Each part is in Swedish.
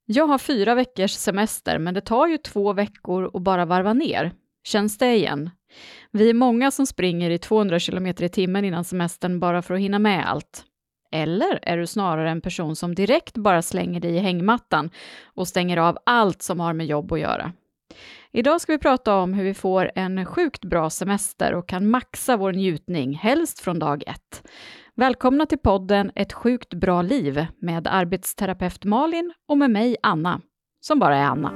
Jag har 4 veckors semester, men det tar ju 2 veckor att bara varva ner. Känns det igen? Vi är många som springer i 200 km i timmen innan semestern bara för att hinna med allt. Eller är du snarare en person som direkt bara slänger dig i hängmattan och stänger av allt som har med jobb att göra? Idag ska vi prata om hur vi får en sjukt bra semester och kan maxa vår njutning, helst från dag 1. Välkomna till podden Ett sjukt bra liv med arbetsterapeut Malin och med mig Anna, som bara är Anna.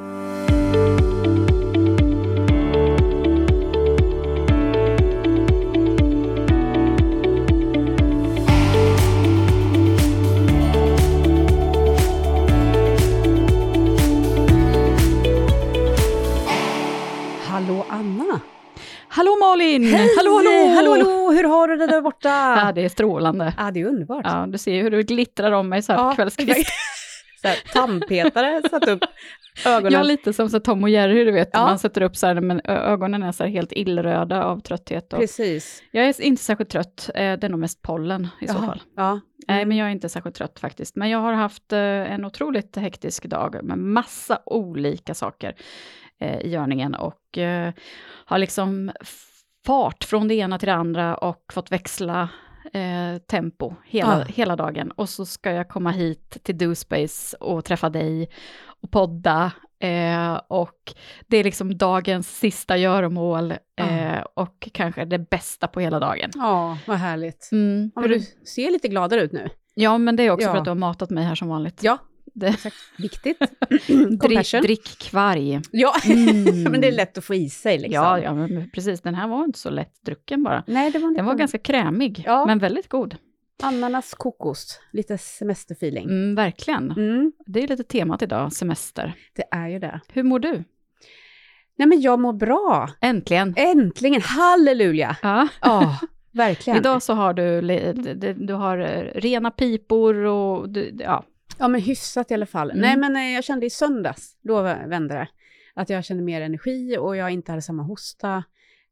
Hallå Anna! Hallå Malin! Hej! Hallå! Hur har du det där borta? Ja, det är strålande. Ja, det är underbart. Ja, du ser ju hur du glittrar om mig så här på kvällskvist. Så här, tandpetare satt upp ögonen. Jag är lite som så Tom och Jerry, du vet. Ja. Man sätter upp så här, men ögonen är så här helt illröda av trötthet. Och Precis. jag är inte särskilt trött. Det är nog mest pollen i så fall. Ja. Nej, men jag är inte särskilt trött faktiskt. Men jag har haft en otroligt hektisk dag med massa olika saker i görningen. Och har liksom fart från det ena till det andra och fått växla tempo hela dagen. Och så ska jag komma hit till DoSpace och träffa dig och podda. Och det är liksom dagens sista göromål och kanske det bästa på hela dagen. Ja, vad härligt. Mm. Ja, men du ser lite gladare ut nu. Ja, men det är också för att du har matat mig här som vanligt. Ja, exakt. Viktigt. Compassion. Drick kvarg. Ja, men det är lätt att få i sig liksom. Ja, men precis. Den här var inte så lätt drucken bara. Nej, det var inte. Den var ganska krämig, Ja. men väldigt god. Ananas, kokos, lite semesterfeeling. Verkligen. Det är lite temat idag, semester. Det är ju det. Hur mår du? Nej, men jag mår bra. Äntligen. Halleluja. Ja. Ja, verkligen. Idag så har du har rena pipor och ja. Ja, men hyfsat i alla fall. Nej, men jag kände i söndags, då vände det. Att jag kände mer energi och jag inte hade samma hosta.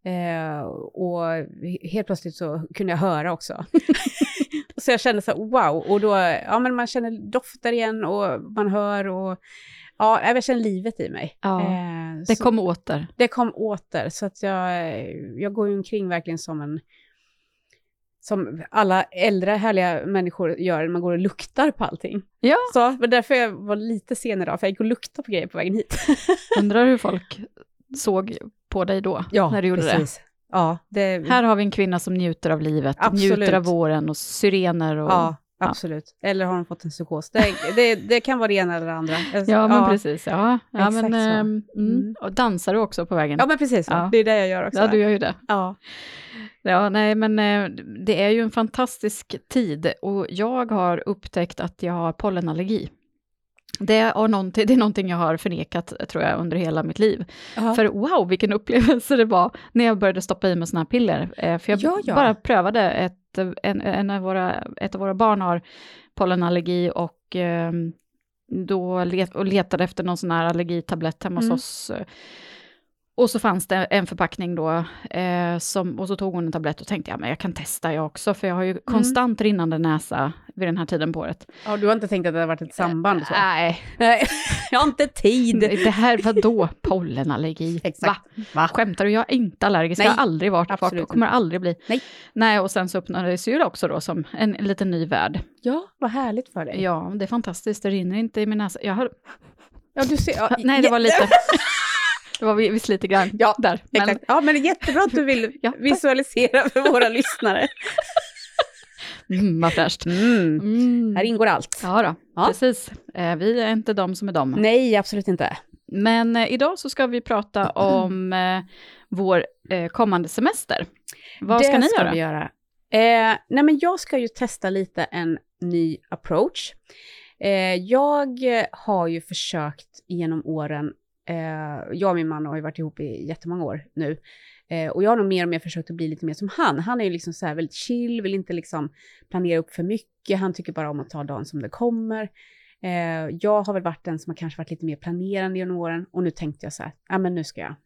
Och helt plötsligt så kunde jag höra också. Så jag kände så här, wow. Och då, ja men man känner dofter igen och man hör och ja, jag känner livet i mig. Ja, det kom åter. Det kom åter, så att jag går ju omkring verkligen som alla äldre härliga människor gör, man går och luktar på allting. Ja. Så, men därför jag var lite sen idag, för jag gick och luktade på grejer på vägen hit. Undrar hur folk såg på dig då, när du gjorde precis. det. Ja, Här har vi en kvinna som njuter av livet, absolut. Njuter av våren och syrener. Och, ja, absolut. Eller har hon fått en psykos? Det kan vara det ena eller det andra. Ja, men precis. Ja, exakt men, så. Och dansar du också på vägen? Ja, men precis. Ja. Det är det jag gör också. Ja, du gör ju det. Ja. Ja, nej, men det är ju en fantastisk tid och jag har upptäckt att jag har pollenallergi. Det är någonting jag har förnekat, tror jag, under hela mitt liv. Aha. För wow, vilken upplevelse det var när jag började stoppa i mig såna här piller. För jag bara prövade, ett av våra barn har pollenallergi och då letade efter någon sån här allergitablett hemma hos oss. Och så fanns det en förpackning då, och så tog hon en tablett och tänkte, men jag kan testa jag också, för jag har ju konstant rinnande näsa vid den här tiden på året. Ja, du har inte tänkt att det har varit ett samband? Så. Nej. Jag har inte tid. Det här var då pollenallergi. Exakt. Va? Skämtar du? Jag är inte allergisk. Jag har aldrig varit och kommer aldrig bli. Nej, och sen så öppnades ju det också då som en liten ny värld. Ja, vad härligt för dig. Ja, det är fantastiskt. Det rinner inte i min näsa. Jag har... Ja, du ser... Ja, nej, det var lite... Det var visst lite grann där. Exakt. Ja, men det är jättebra att du vill visualisera för våra lyssnare. Vad fräscht. Här ingår allt. Ja då, precis. Vi är inte de som är de. Nej, absolut inte. Men idag så ska vi prata om vår kommande semester. Vad ska ni göra? Vi göra. Nej, men jag ska ju testa lite en ny approach. Jag har ju försökt genom åren. Jag och min man har ju varit ihop i jättemånga år nu. Och jag har nog mer och mer försökt att bli lite mer som han. Han är ju liksom så här väldigt chill, vill inte liksom planera upp för mycket. Han tycker bara om att ta dagen som det kommer. Jag har väl varit den som har kanske varit lite mer planerande genom åren. Och nu tänkte jag så här, men nu ska jag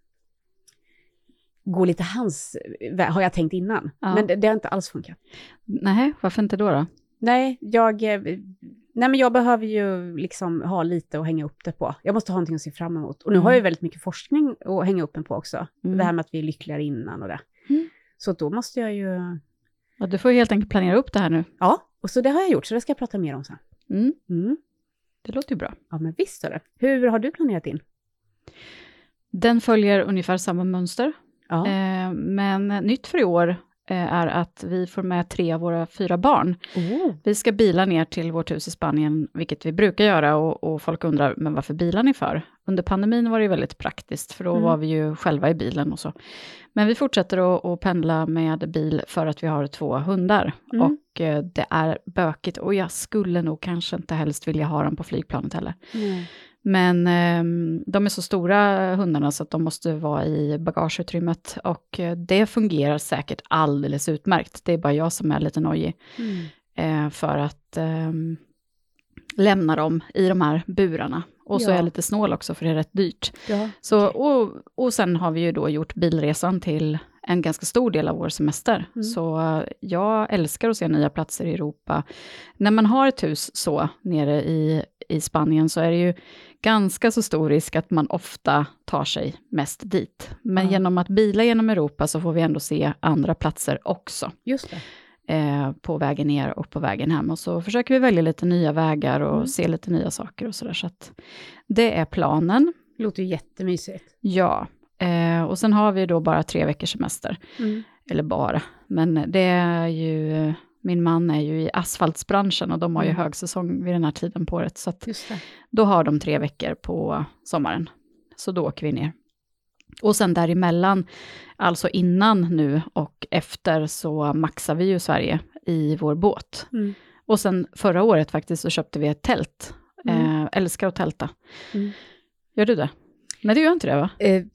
gå lite hans, har jag tänkt innan. Ja. Men det har inte alls funkat. Nej, varför inte då? Nej, Nej, men jag behöver ju liksom ha lite att hänga upp det på. Jag måste ha någonting att se fram emot. Och nu har jag ju väldigt mycket forskning att hänga upp den på också. Det här med att vi är lyckligare innan och det. Så då måste jag ju... Ja, du får helt enkelt planera upp det här nu. Ja, och så det har jag gjort. Så det ska jag prata mer om sen. Det låter ju bra. Ja, men visst är det. Hur har du planerat in? Den följer ungefär samma mönster. Ja. Men nytt för i år är att vi får med 3 av våra 4 barn. Vi ska bila ner till vårt hus i Spanien, vilket vi brukar göra, och folk undrar, men varför bilar ni för? Under pandemin var det väldigt praktiskt, för då var vi ju själva i bilen och så. Men vi fortsätter att pendla med bil för att vi har 2 hundar. Och det är bökigt, och jag skulle nog kanske inte helst vilja ha dem på flygplanet heller. Men de är så stora hundarna så att de måste vara i bagageutrymmet, och det fungerar säkert alldeles utmärkt. Det är bara jag som är lite nojig för att lämna dem i de här burarna. Och så är jag lite snål också, för det är rätt dyrt. Ja. Så, och sen har vi ju då gjort bilresan till en ganska stor del av vår semester. Så jag älskar att se nya platser i Europa. När man har ett hus så nere i Spanien, så är det ju ganska så stor risk att man ofta tar sig mest dit. Men genom att bila genom Europa så får vi ändå se andra platser också. Just det. På vägen ner och på vägen hem. Och så försöker vi välja lite nya vägar och se lite nya saker och sådär. Så att det är planen. Det låter ju jättemysigt. Ja. Och sen har vi då bara 3 veckors semester. Eller bara. Men det är ju... Min man är ju i asfaltsbranschen, och de har ju högsäsong vid den här tiden på året. Så att då har de 3 veckor på sommaren. Så då åker vi ner. Och sen däremellan, alltså innan nu och efter, så maxar vi ju Sverige i vår båt. Och sen förra året faktiskt så köpte vi ett tält. Älskar att tälta. Gör du det? Nej, det gör inte det, va?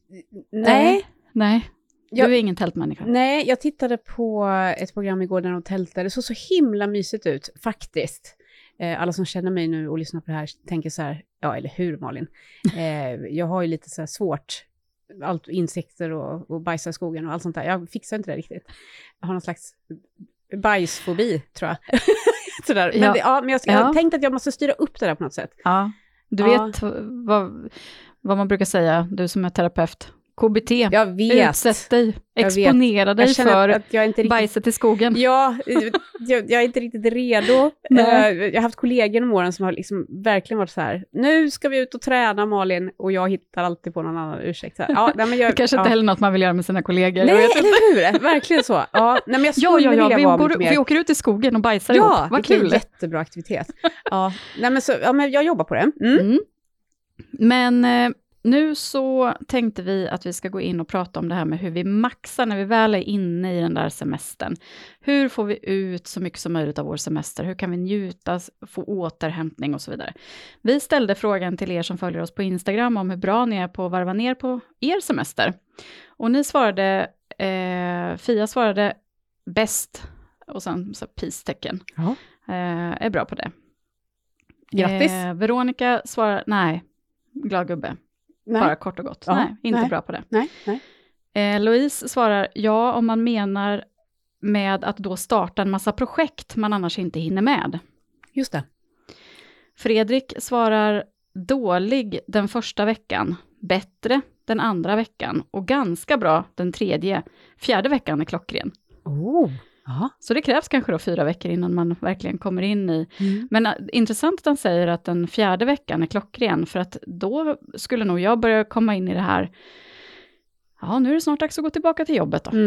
Nej. Du är ingen tältmänniska. Nej, jag tittade på ett program igår där de tältade. Det såg så himla mysigt ut, faktiskt. Alla som känner mig nu och lyssnar på det här tänker så här, ja, eller hur, Malin? Jag har ju lite så här svårt, allt insekter och bajsa i skogen och allt sånt där. Jag fixar inte det riktigt. Jag har någon slags bajsfobi, tror jag. Sådär. Men, jag har tänkt att jag måste styra upp det där på något sätt. Ja, du vet vad man brukar säga, du som är terapeut. KBT, jag vet. Utsätt dig, exponera dig för bajset i skogen. Ja, jag är inte riktigt redo. Jag har haft kollegor om åren som har liksom verkligen varit så här, nu ska vi ut och träna, Malin, och jag hittar alltid på någon annan ursäkt. Så här. Ja, nej, men det kanske inte heller något man vill göra med sina kollegor. Nej, eller hur? Verkligen så. Ja, nej, men jag skulle vilja vara lite mer... Vi åker ut i skogen och bajsar ihop. Vad kul. Det är en jättebra aktivitet. Nej, men jag jobbar på det. Men... Nu så tänkte vi att vi ska gå in och prata om det här med hur vi maxar när vi väl är inne i den där semestern. Hur får vi ut så mycket som möjligt av vår semester? Hur kan vi njuta, få återhämtning och så vidare? Vi ställde frågan till er som följer oss på Instagram om hur bra ni är på att varva ner på er semester. Och ni svarade, Fia svarade bäst och sen så peace-tecken. Är bra på det. Grattis. Veronica svarar, nej, glad gubbe. Nej. Bara kort och gott. Nej, inte bra på det. Nej. Louise svarar, ja, om man menar med att då starta en massa projekt man annars inte hinner med. Just det. Fredrik svarar, dålig den första veckan, bättre den andra veckan och ganska bra den tredje. 4:e veckan är klockren. Så det krävs kanske då 4 veckor innan man verkligen kommer in i. Men intressant att han säger att den 4:e veckan är klockren, för att då skulle nog jag börja komma in i det här. Ja, nu är det snart dags att gå tillbaka till jobbet då.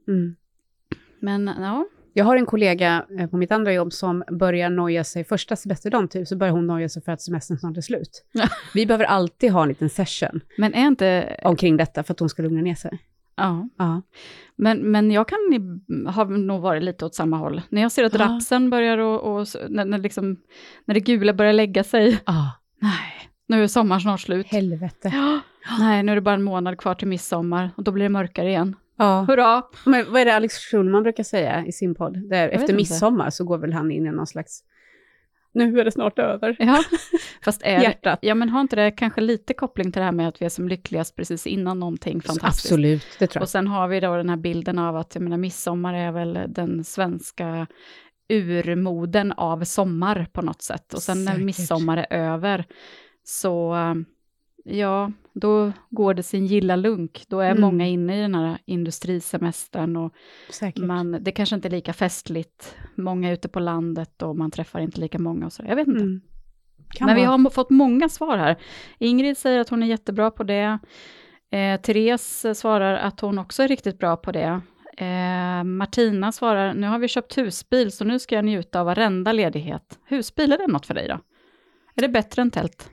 Men ja. Jag har en kollega på mitt andra jobb som börjar noja sig första semesterdagen typ, så börjar hon noja sig för att semestern snart är slut. Vi behöver alltid ha en liten session. Men är inte... omkring detta för att hon ska lugna ner sig. Ja. Men jag kan ha nog varit lite åt samma håll. När jag ser att rapsen börjar och när det gula börjar lägga sig. Nej, nu är sommaren snart slut. Helvete. Nej, nu är det bara en månad kvar till midsommar och då blir det mörkare igen. Hurra! Men vad är det Alex Schulman brukar säga i sin podd? Där efter midsommar så går väl han in i någon slags, nu är det snart över. Ja, fast hjärtat. Ja, men har inte det kanske lite koppling till det här med att vi är som lyckligast precis innan någonting fantastiskt? Absolut, det tror jag. Och sen har vi då den här bilden av att, jag menar, midsommar är väl den svenska urmoden av sommar på något sätt. Och sen när midsommar är över så då går det sin gilla lunk. Då är många inne i den här industrisemestern och det kanske inte är lika festligt. Många är ute på landet och man träffar inte lika många och så. Jag vet inte. Men vi har fått många svar här. Ingrid säger att hon är jättebra på det. Therese svarar att hon också är riktigt bra på det. Martina svarar, nu har vi köpt husbil så nu ska jag njuta av varenda ledighet. Husbil, är det något för dig då? Är det bättre än tält?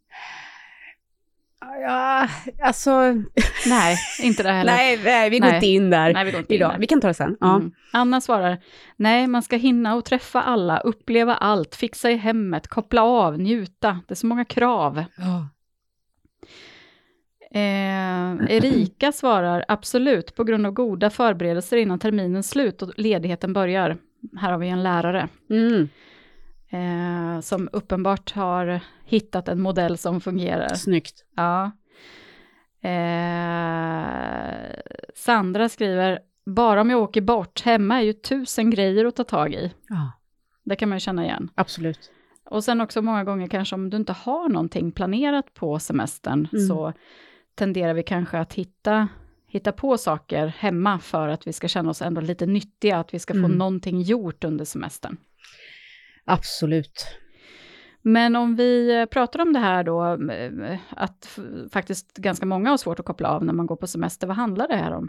Ja, alltså... Nej, inte det heller. Nej, vi går inte in där. Nej, vi går inte in där. Vi kan ta det sen. Ja. Anna svarar, nej, man ska hinna och träffa alla, uppleva allt, fixa i hemmet, koppla av, njuta. Det är så många krav. Ja. Erika svarar, absolut, på grund av goda förberedelser innan terminens slut och ledigheten börjar. Här har vi en lärare. Som uppenbart har hittat en modell som fungerar. Snyggt. Ja. Sandra skriver, bara om jag åker bort, hemma är ju 1000 grejer att ta tag i. Ja. Det kan man ju känna igen. Absolut. Och sen också många gånger kanske om du inte har någonting planerat på semestern så tenderar vi kanske att hitta på saker hemma för att vi ska känna oss ändå lite nyttiga, att vi ska få någonting gjort under semestern. Absolut. Men om vi pratar om det här då, att faktiskt ganska många har svårt att koppla av när man går på semester, vad handlar det här om?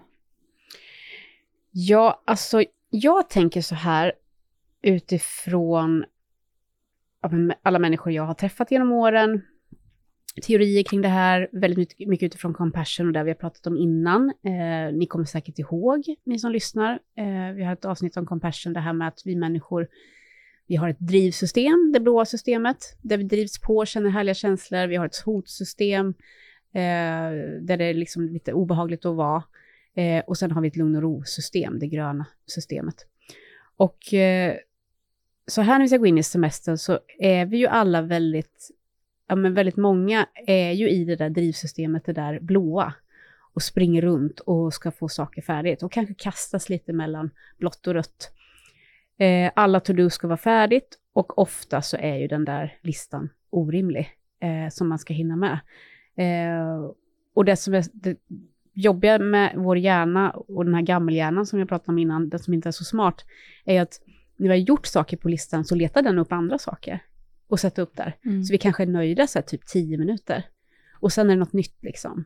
Ja, alltså jag tänker så här utifrån alla människor jag har träffat genom åren, teorier kring det här, väldigt mycket utifrån compassion och det vi har pratat om innan. Ni kommer säkert ihåg, ni som lyssnar. Vi har ett avsnitt om compassion, det här med att vi människor, vi har ett drivsystem, det blåa systemet, där vi drivs på, känner härliga känslor. Vi har ett hotsystem, där det är liksom lite obehagligt att vara. Och sen har vi ett lugn och ro-system, det gröna systemet. Och så här när vi ska gå in i semestern så är vi ju alla väldigt många är ju i det där drivsystemet, det där blåa. Och springer runt och ska få saker färdigt. Och kanske kastas lite mellan blått och rött. Alla to-do ska vara färdigt. Och ofta så är ju den där listan orimlig. Som man ska hinna med. Och det som är det jobbiga med vår hjärna och den här gammelhjärnan som jag pratade om innan, den som inte är så smart, är att när vi har gjort saker på listan så letar den upp andra saker och sätter upp där. Så vi kanske är nöjda så här, typ 10 minuter. Och sen är det något nytt liksom.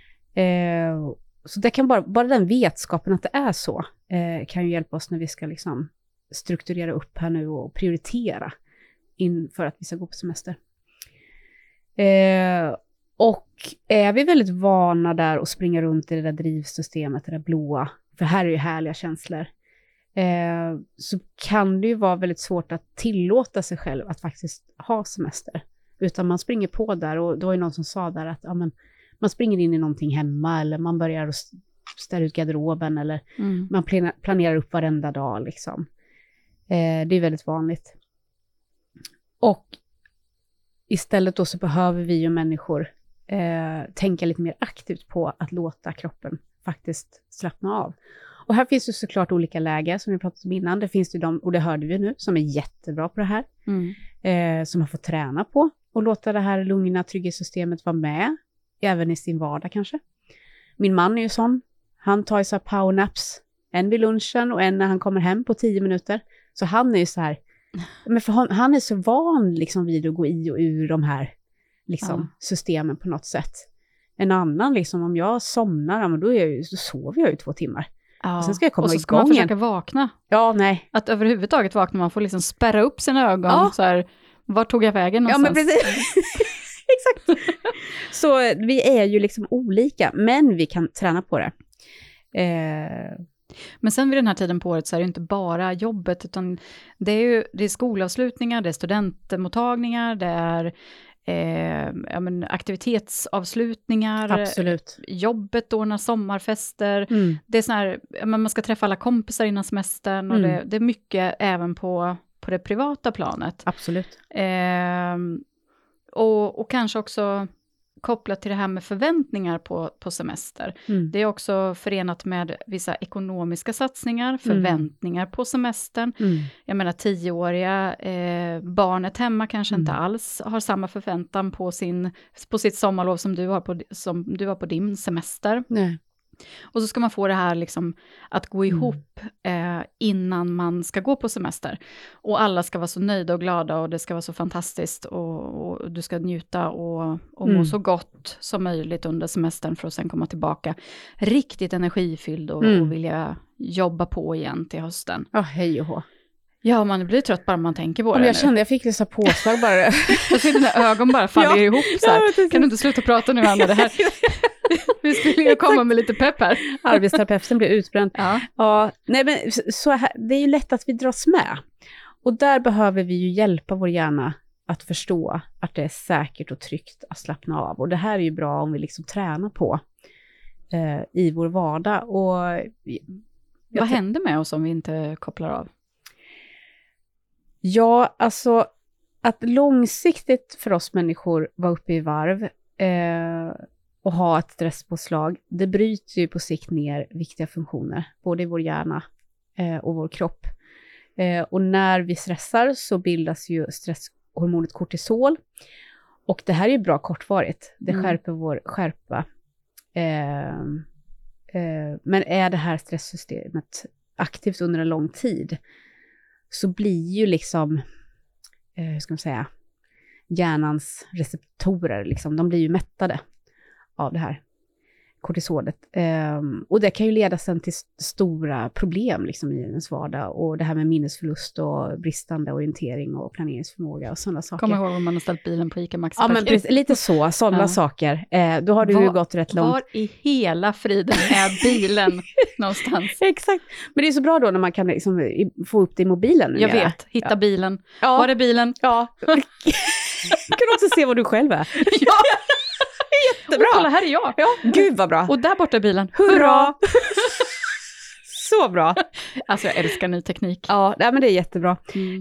Så det kan bara den vetskapen att det är så kan ju hjälpa oss när vi ska liksom strukturera upp här nu och prioritera inför att vi ska gå på semester. Och är vi väldigt vana där och springa runt i det där drivsystemet, det där blåa, för här är ju härliga känslor, så kan det ju vara väldigt svårt att tillåta sig själv att faktiskt ha semester. Utan man springer på där, och det var ju någon som sa där att man springer in i någonting hemma, eller man börjar ställa ut garderoben, eller man planerar upp varenda dag liksom. Det är väldigt vanligt. Och istället då så behöver vi ju människor tänka lite mer aktivt på att låta kroppen faktiskt slappna av. Och här finns ju såklart olika läger som vi pratat om innan. Det finns ju de, och det hörde vi nu, som är jättebra på det här. Som har fått träna på och låta det här lugna trygghetssystemet vara med. Även i sin vardag kanske. Min man är ju sån. Han tar ju så här powernaps. En vid lunchen och en när han kommer hem på 10 minuter. Så han är ju så här. Men för han är så van liksom vid att gå i och ur de här liksom, systemen på något sätt. En annan liksom, om jag somnar, men då sover jag ju 2 timmar. Ja. Och sen ska jag komma och så ska igång man försöka vakna. Ja, nej. Att överhuvudtaget vakna, man får liksom spärra upp sina ögon. Ja. Så här, var tog jag vägen någonstans? Ja, men precis. Exakt. Så vi är ju liksom olika, men vi kan träna på det. Men sen vid den här tiden på året så är det inte bara jobbet, utan det är skolavslutningar, det är studentmottagningar, det är aktivitetsavslutningar. Absolut. Jobbet ordnar sommarfester. Det är sån här, man ska träffa alla kompisar innan semestern, och det är mycket även på det privata planet. Absolut. Och kanske också kopplat till det här med förväntningar på semester. Det är också förenat med vissa ekonomiska satsningar, förväntningar på semestern. Jag menar 10-åriga barnet hemma kanske inte alls har samma förväntan på sitt sommarlov som du har på din semester. Nej. Och så ska man få det här liksom att gå ihop innan man ska gå på semester. Och alla ska vara så nöjda och glada och det ska vara så fantastiskt och du ska njuta och må så gott som möjligt under semestern för att sen komma tillbaka riktigt energifylld och vilja jobba på igen till hösten. Ja, hej och hå. Ja, man blir trött bara man tänker på det. Jag kände jag fick lite påslag bara. Jag ser dina ögon bara faller ihop så här. Kan du inte sluta prata nu, Anna? Det här... Vi skulle ju komma med lite pepp här. Arbetsterapeuten blir utbränd. Ja, nej men så här, det är ju lätt att vi dras med. Och där behöver vi ju hjälpa vår hjärna att förstå att det är säkert och tryggt att slappna av. Och det här är ju bra om vi liksom tränar på i vår vardag. Och vad händer med oss om vi inte kopplar av? Ja, alltså att långsiktigt för oss människor vara uppe i varv och ha ett stresspåslag, det bryter ju på sikt ner viktiga funktioner, både i vår hjärna och vår kropp. Och när vi stressar så bildas ju stresshormonet kortisol. Och det här är ju bra kortvarigt. Det skärper vår skärpa. Men är det här stresssystemet aktivt under en lång tid så blir ju liksom, hur ska man säga, hjärnans receptorer, liksom, de blir ju mättade av det här kortisolet. Och det kan ju leda sen till stora problem liksom, i ens vardag. Och det här med minnesförlust och bristande orientering och planeringsförmåga och sådana saker. Kommer ihåg om man har ställt bilen på ICA Maxi. Ja, men precis, lite sådana saker. Då har du ju gått rätt långt. Var i hela friden är bilen någonstans? Exakt. Men det är så bra då när man kan liksom få upp det i mobilen. Jag vet, hitta bilen. Ja. Var är bilen? Ja. Du kan också se vad du själv är. Ja. Jättebra. Kolla, här är jag. Ja, gud vad bra. Och där borta är bilen. Hurra! Så bra. Alltså jag älskar ny teknik. Ja, men det är jättebra.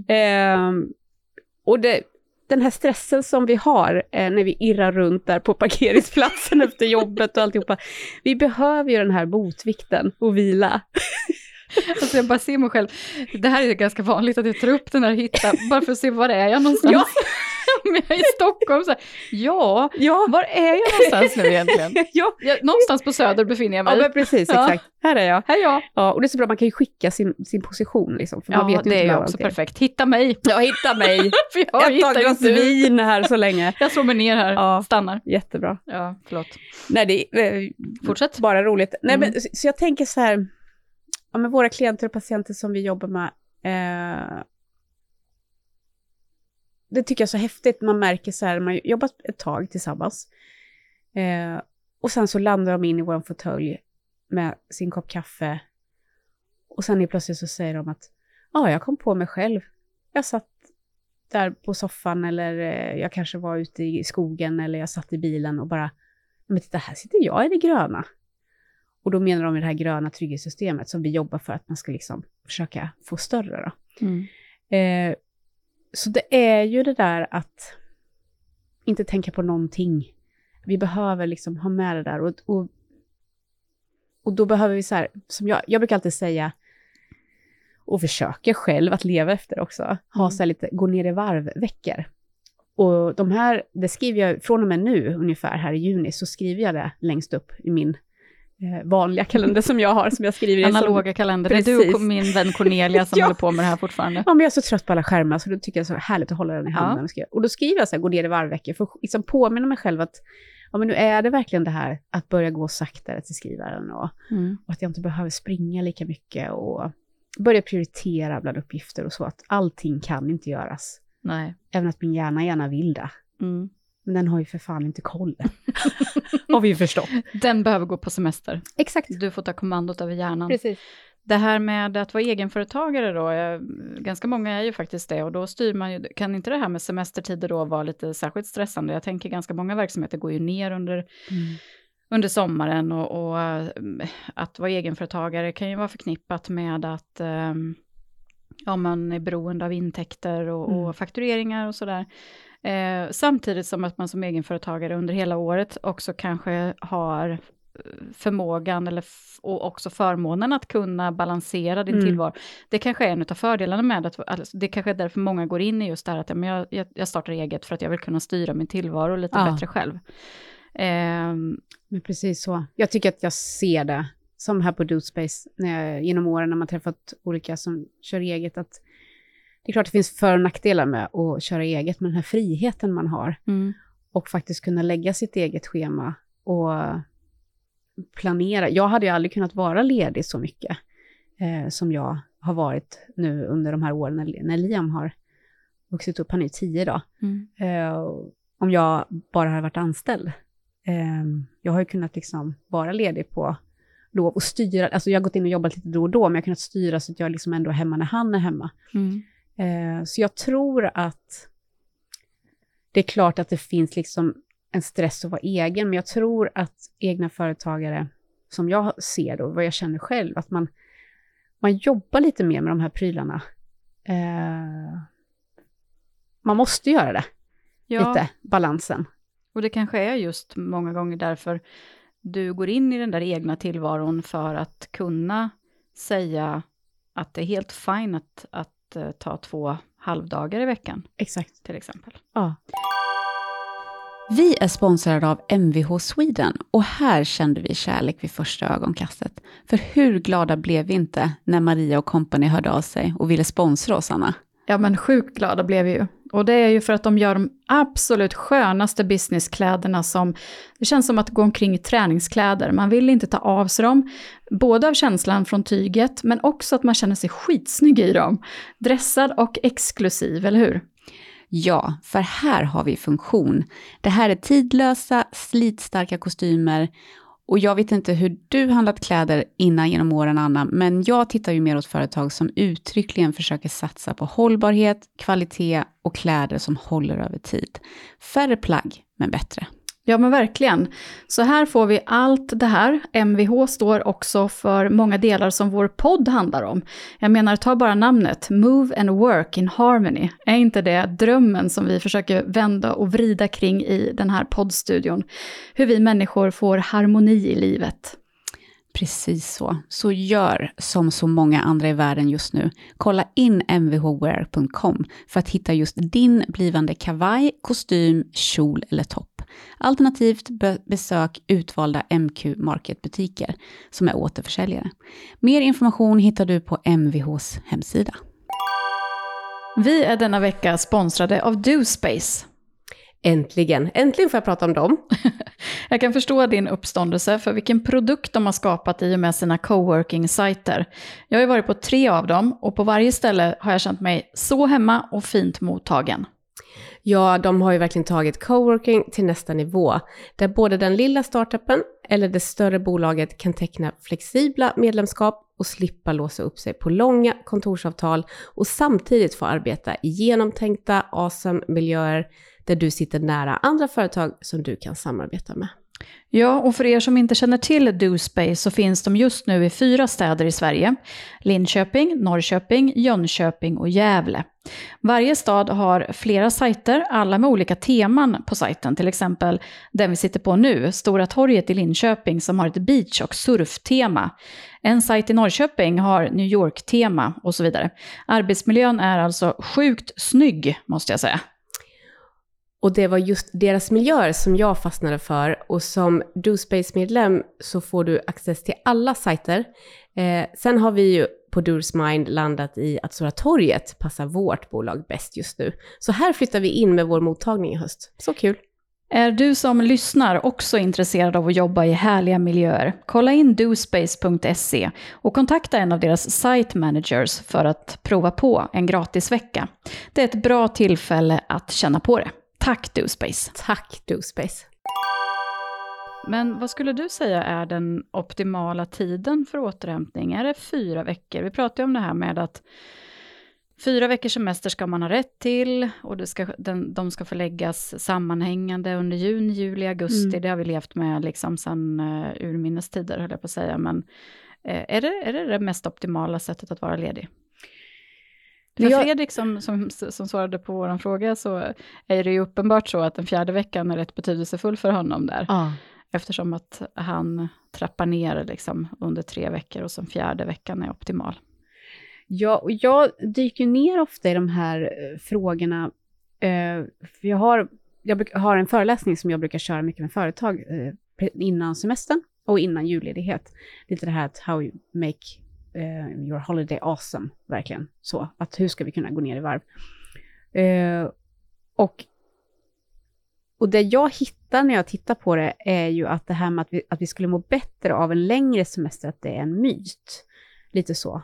Och den här stressen som vi har när vi irrar runt där på parkeringsplatsen efter jobbet och alltihopa. Vi behöver ju den här motvikten och vila. Alltså jag bara ser mig själv. Det här är ganska vanligt att jag tar upp den här hitta bara för att se var är jag någonstans. Ja. Om jag är i Stockholm så här, ja, var är jag någonstans nu egentligen? Någonstans på söder befinner jag mig. Ja, men precis, exakt. Här är jag. Här är jag. Ja, och det är så bra, man kan ju skicka sin position liksom. För man vet ju det inte är ju också perfekt. Hitta mig. Ja, hitta mig. För jag tar glas vin här så länge. Jag slår mig ner här, stannar. Jättebra. Ja, förlåt. Nej, fortsätt. Bara roligt. Nej, men, så jag tänker så här, med våra klienter och patienter som vi jobbar med, det tycker jag är så häftigt. Man märker så här, man jobbar ett tag tillsammans. Och sen så landar de in i vår fåtölj med sin kopp kaffe. Och sen plötsligt så säger de att jag kom på mig själv. Jag satt där på soffan eller jag kanske var ute i skogen eller jag satt i bilen och bara, men titta, här sitter jag i det gröna. Och då menar de med det här gröna trygghetssystemet som vi jobbar för att man ska liksom försöka få större. Då. Så det är ju det där att inte tänka på någonting. Vi behöver liksom ha med det där. Och då behöver vi så här, som jag brukar alltid säga, och försöker själv att leva efter också, ha så här lite, gå ner i varvveckor. Och de här, det skriver jag från och med nu ungefär här i juni, så skriver jag det längst upp i min vanliga kalender som jag har, som jag skriver i. Analoga kalender. Precis. Det är du och min vän Cornelia som håller på med det här fortfarande. Ja, men jag är så trött på alla skärmar så då tycker jag det är så härligt att hålla den i handen. Och då skriver jag så här, gå ner i varvveckor för att liksom påminna mig själv att men nu är det verkligen det här att börja gå saktare till skrivaren och att jag inte behöver springa lika mycket och börja prioritera bland uppgifter och så, att allting kan inte göras. Nej. Även att min hjärna gärna vill det. Men den har ju för fan inte koll. Har vi ju förstått. Den behöver gå på semester. Exakt. Du får ta kommandot över hjärnan. Precis. Det här med att vara egenföretagare då, ganska många är ju faktiskt det, och då styr man ju, kan inte det här med semestertider då vara lite särskilt stressande? Jag tänker ganska många verksamheter går ju ner under sommaren och att vara egenföretagare kan ju vara förknippat med att man är beroende av intäkter och faktureringar och sådär. Samtidigt som att man som egenföretagare under hela året också kanske har förmågan och också förmånen att kunna balansera din tillvaro. Det kanske är en av fördelarna med att alltså, det kanske är därför många går in i just det här att jag startar eget för att jag vill kunna styra min tillvaro lite bättre själv. Men precis så. Jag tycker att jag ser det som här på DoSpace genom åren när man träffat olika som kör eget, att det är klart det finns för- och nackdelar med att köra eget, men den här friheten man har och faktiskt kunna lägga sitt eget schema och planera. Jag hade ju aldrig kunnat vara ledig så mycket som jag har varit nu under de här åren när Liam har vuxit upp. Han är 10 då. Om jag bara hade varit anställd. Jag har ju kunnat liksom vara ledig på lov och styra. Alltså jag har gått in och jobbat lite då och då, men jag har kunnat styra så att jag liksom ändå är hemma när han är hemma. Så jag tror att det är klart att det finns liksom en stress att vara egen, men jag tror att egna företagare, som jag ser då, vad jag känner själv, att man jobbar lite mer med de här prylarna. Man måste göra det. Lite, balansen. Och det kanske är just många gånger därför du går in i den där egna tillvaron, för att kunna säga att det är helt fint att ta 2 halvdagar i veckan. Exakt. Till exempel. Ja. Vi är sponsrade av MVH Sweden och här kände vi kärlek vid första ögonkastet. För hur glada blev vi inte när Maria och company hörde av sig och ville sponsra oss, Anna? Ja, men sjukt glada blev vi ju. Och det är ju för att de gör de absolut skönaste businesskläderna som, det känns som att gå omkring i träningskläder. Man vill inte ta av sig dem, både av känslan från tyget, men också att man känner sig skitsnygg i dem. Dressad och exklusiv, eller hur? Ja, för här har vi funktion. Det här är tidlösa, slitstarka kostymer. Och jag vet inte hur du handlat kläder innan genom åren, Anna, men jag tittar ju mer åt företag som uttryckligen försöker satsa på hållbarhet, kvalitet och kläder som håller över tid. Färre plagg, men bättre. Ja, men verkligen. Så här får vi allt det här. MVH står också för många delar som vår podd handlar om. Jag menar, ta bara namnet Move and Work in Harmony. Är inte det drömmen som vi försöker vända och vrida kring i den här poddstudion? Hur vi människor får harmoni i livet. Precis så. Så gör som så många andra i världen just nu. Kolla in mvhwear.com för att hitta just din blivande kavaj, kostym, kjol eller topp. Alternativt besök utvalda MQ Market-butiker som är återförsäljare. Mer information hittar du på MVHs hemsida. Vi är denna vecka sponsrade av DoSpace. Äntligen får jag prata om dem. Jag kan förstå din uppståndelse för vilken produkt de har skapat i och med sina coworking-sajter. Jag har ju varit på 3 av dem och på varje ställe har jag känt mig så hemma och fint mottagen. Ja, de har ju verkligen tagit coworking till nästa nivå, där både den lilla startupen eller det större bolaget kan teckna flexibla medlemskap och slippa låsa upp sig på långa kontorsavtal och samtidigt få arbeta i genomtänkta, awesome miljöer där du sitter nära andra företag som du kan samarbeta med. Ja, och för er som inte känner till DoSpace så finns de just nu i 4 städer i Sverige. Linköping, Norrköping, Jönköping och Gävle. Varje stad har flera sajter, alla med olika teman på sajten. Till exempel den vi sitter på nu, Stora torget i Linköping som har ett beach- och surftema. En sajt i Norrköping har New York-tema och så vidare. Arbetsmiljön är alltså sjukt snygg, måste jag säga. Och det var just deras miljöer som jag fastnade för. Och som DoSpace-medlem så får du access till alla sajter. Sen har vi ju på DoSmind landat i att Stora torget passar vårt bolag bäst just nu. Så här flyttar vi in med vår mottagning i höst. Så kul! Är du som lyssnar också intresserad av att jobba i härliga miljöer? Kolla in dospace.se och kontakta en av deras site managers för att prova på en gratis vecka. Det är ett bra tillfälle att känna på det. Tack DoSpace. Tack DoSpace. Men vad skulle du säga är den optimala tiden för återhämtning? Är det 4 veckor? Vi pratade ju om det här med att 4 veckors semester ska man ha rätt till och de ska förläggas sammanhängande under juni, juli, augusti. Det har vi levt med liksom sedan urminnes tider, höll jag på att säga. Men är det mest optimala sättet att vara ledig? För Fredrik som svarade på vår fråga, så är det ju uppenbart så att den 4:e veckan är rätt betydelsefull för honom där. Ja. Eftersom att han trappar ner liksom under 3 veckor och som 4:e veckan är optimal. Ja, och jag dyker ner ofta i de här frågorna. För jag har en föreläsning som jag brukar köra mycket med företag innan semestern och innan julledighet. Lite det här att how you make your holiday awesome, verkligen. Så, att hur ska vi kunna gå ner i varv? Och det jag hittar när jag tittar på det är ju att det här med att vi skulle må bättre av en längre semester, att det är en myt. Lite så.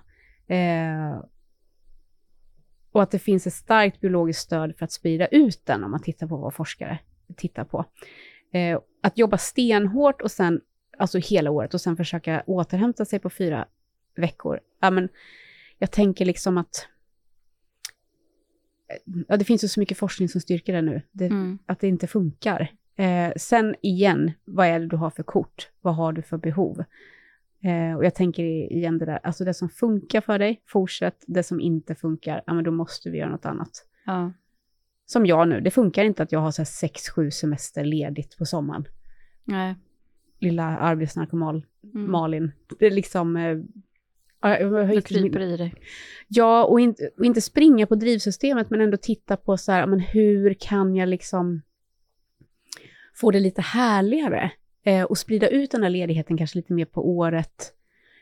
Och att det finns ett starkt biologiskt stöd för att sprida ut den, om man tittar på vad forskare tittar på. Att jobba stenhårt och sen, alltså hela året, och sen försöka återhämta sig på 4 veckor. Ja, men jag tänker liksom att det finns ju så mycket forskning som styrker det nu. Att det inte funkar. Sen igen, vad är det du har för kort? Vad har du för behov? Och jag tänker igen det där, alltså det som funkar för dig, fortsätt. Det som inte funkar, ja men då måste vi göra något annat. Ja. Som jag nu, det funkar inte att jag har så här 6-7 semester ledigt på sommaren. Nej. Lilla arbetsnarkoman Malin. Det är liksom... det kryper i dig. Ja, och inte springa på drivsystemet, men ändå titta på så här, men hur kan jag liksom få det lite härligare? Och sprida ut den här ledigheten kanske lite mer på året.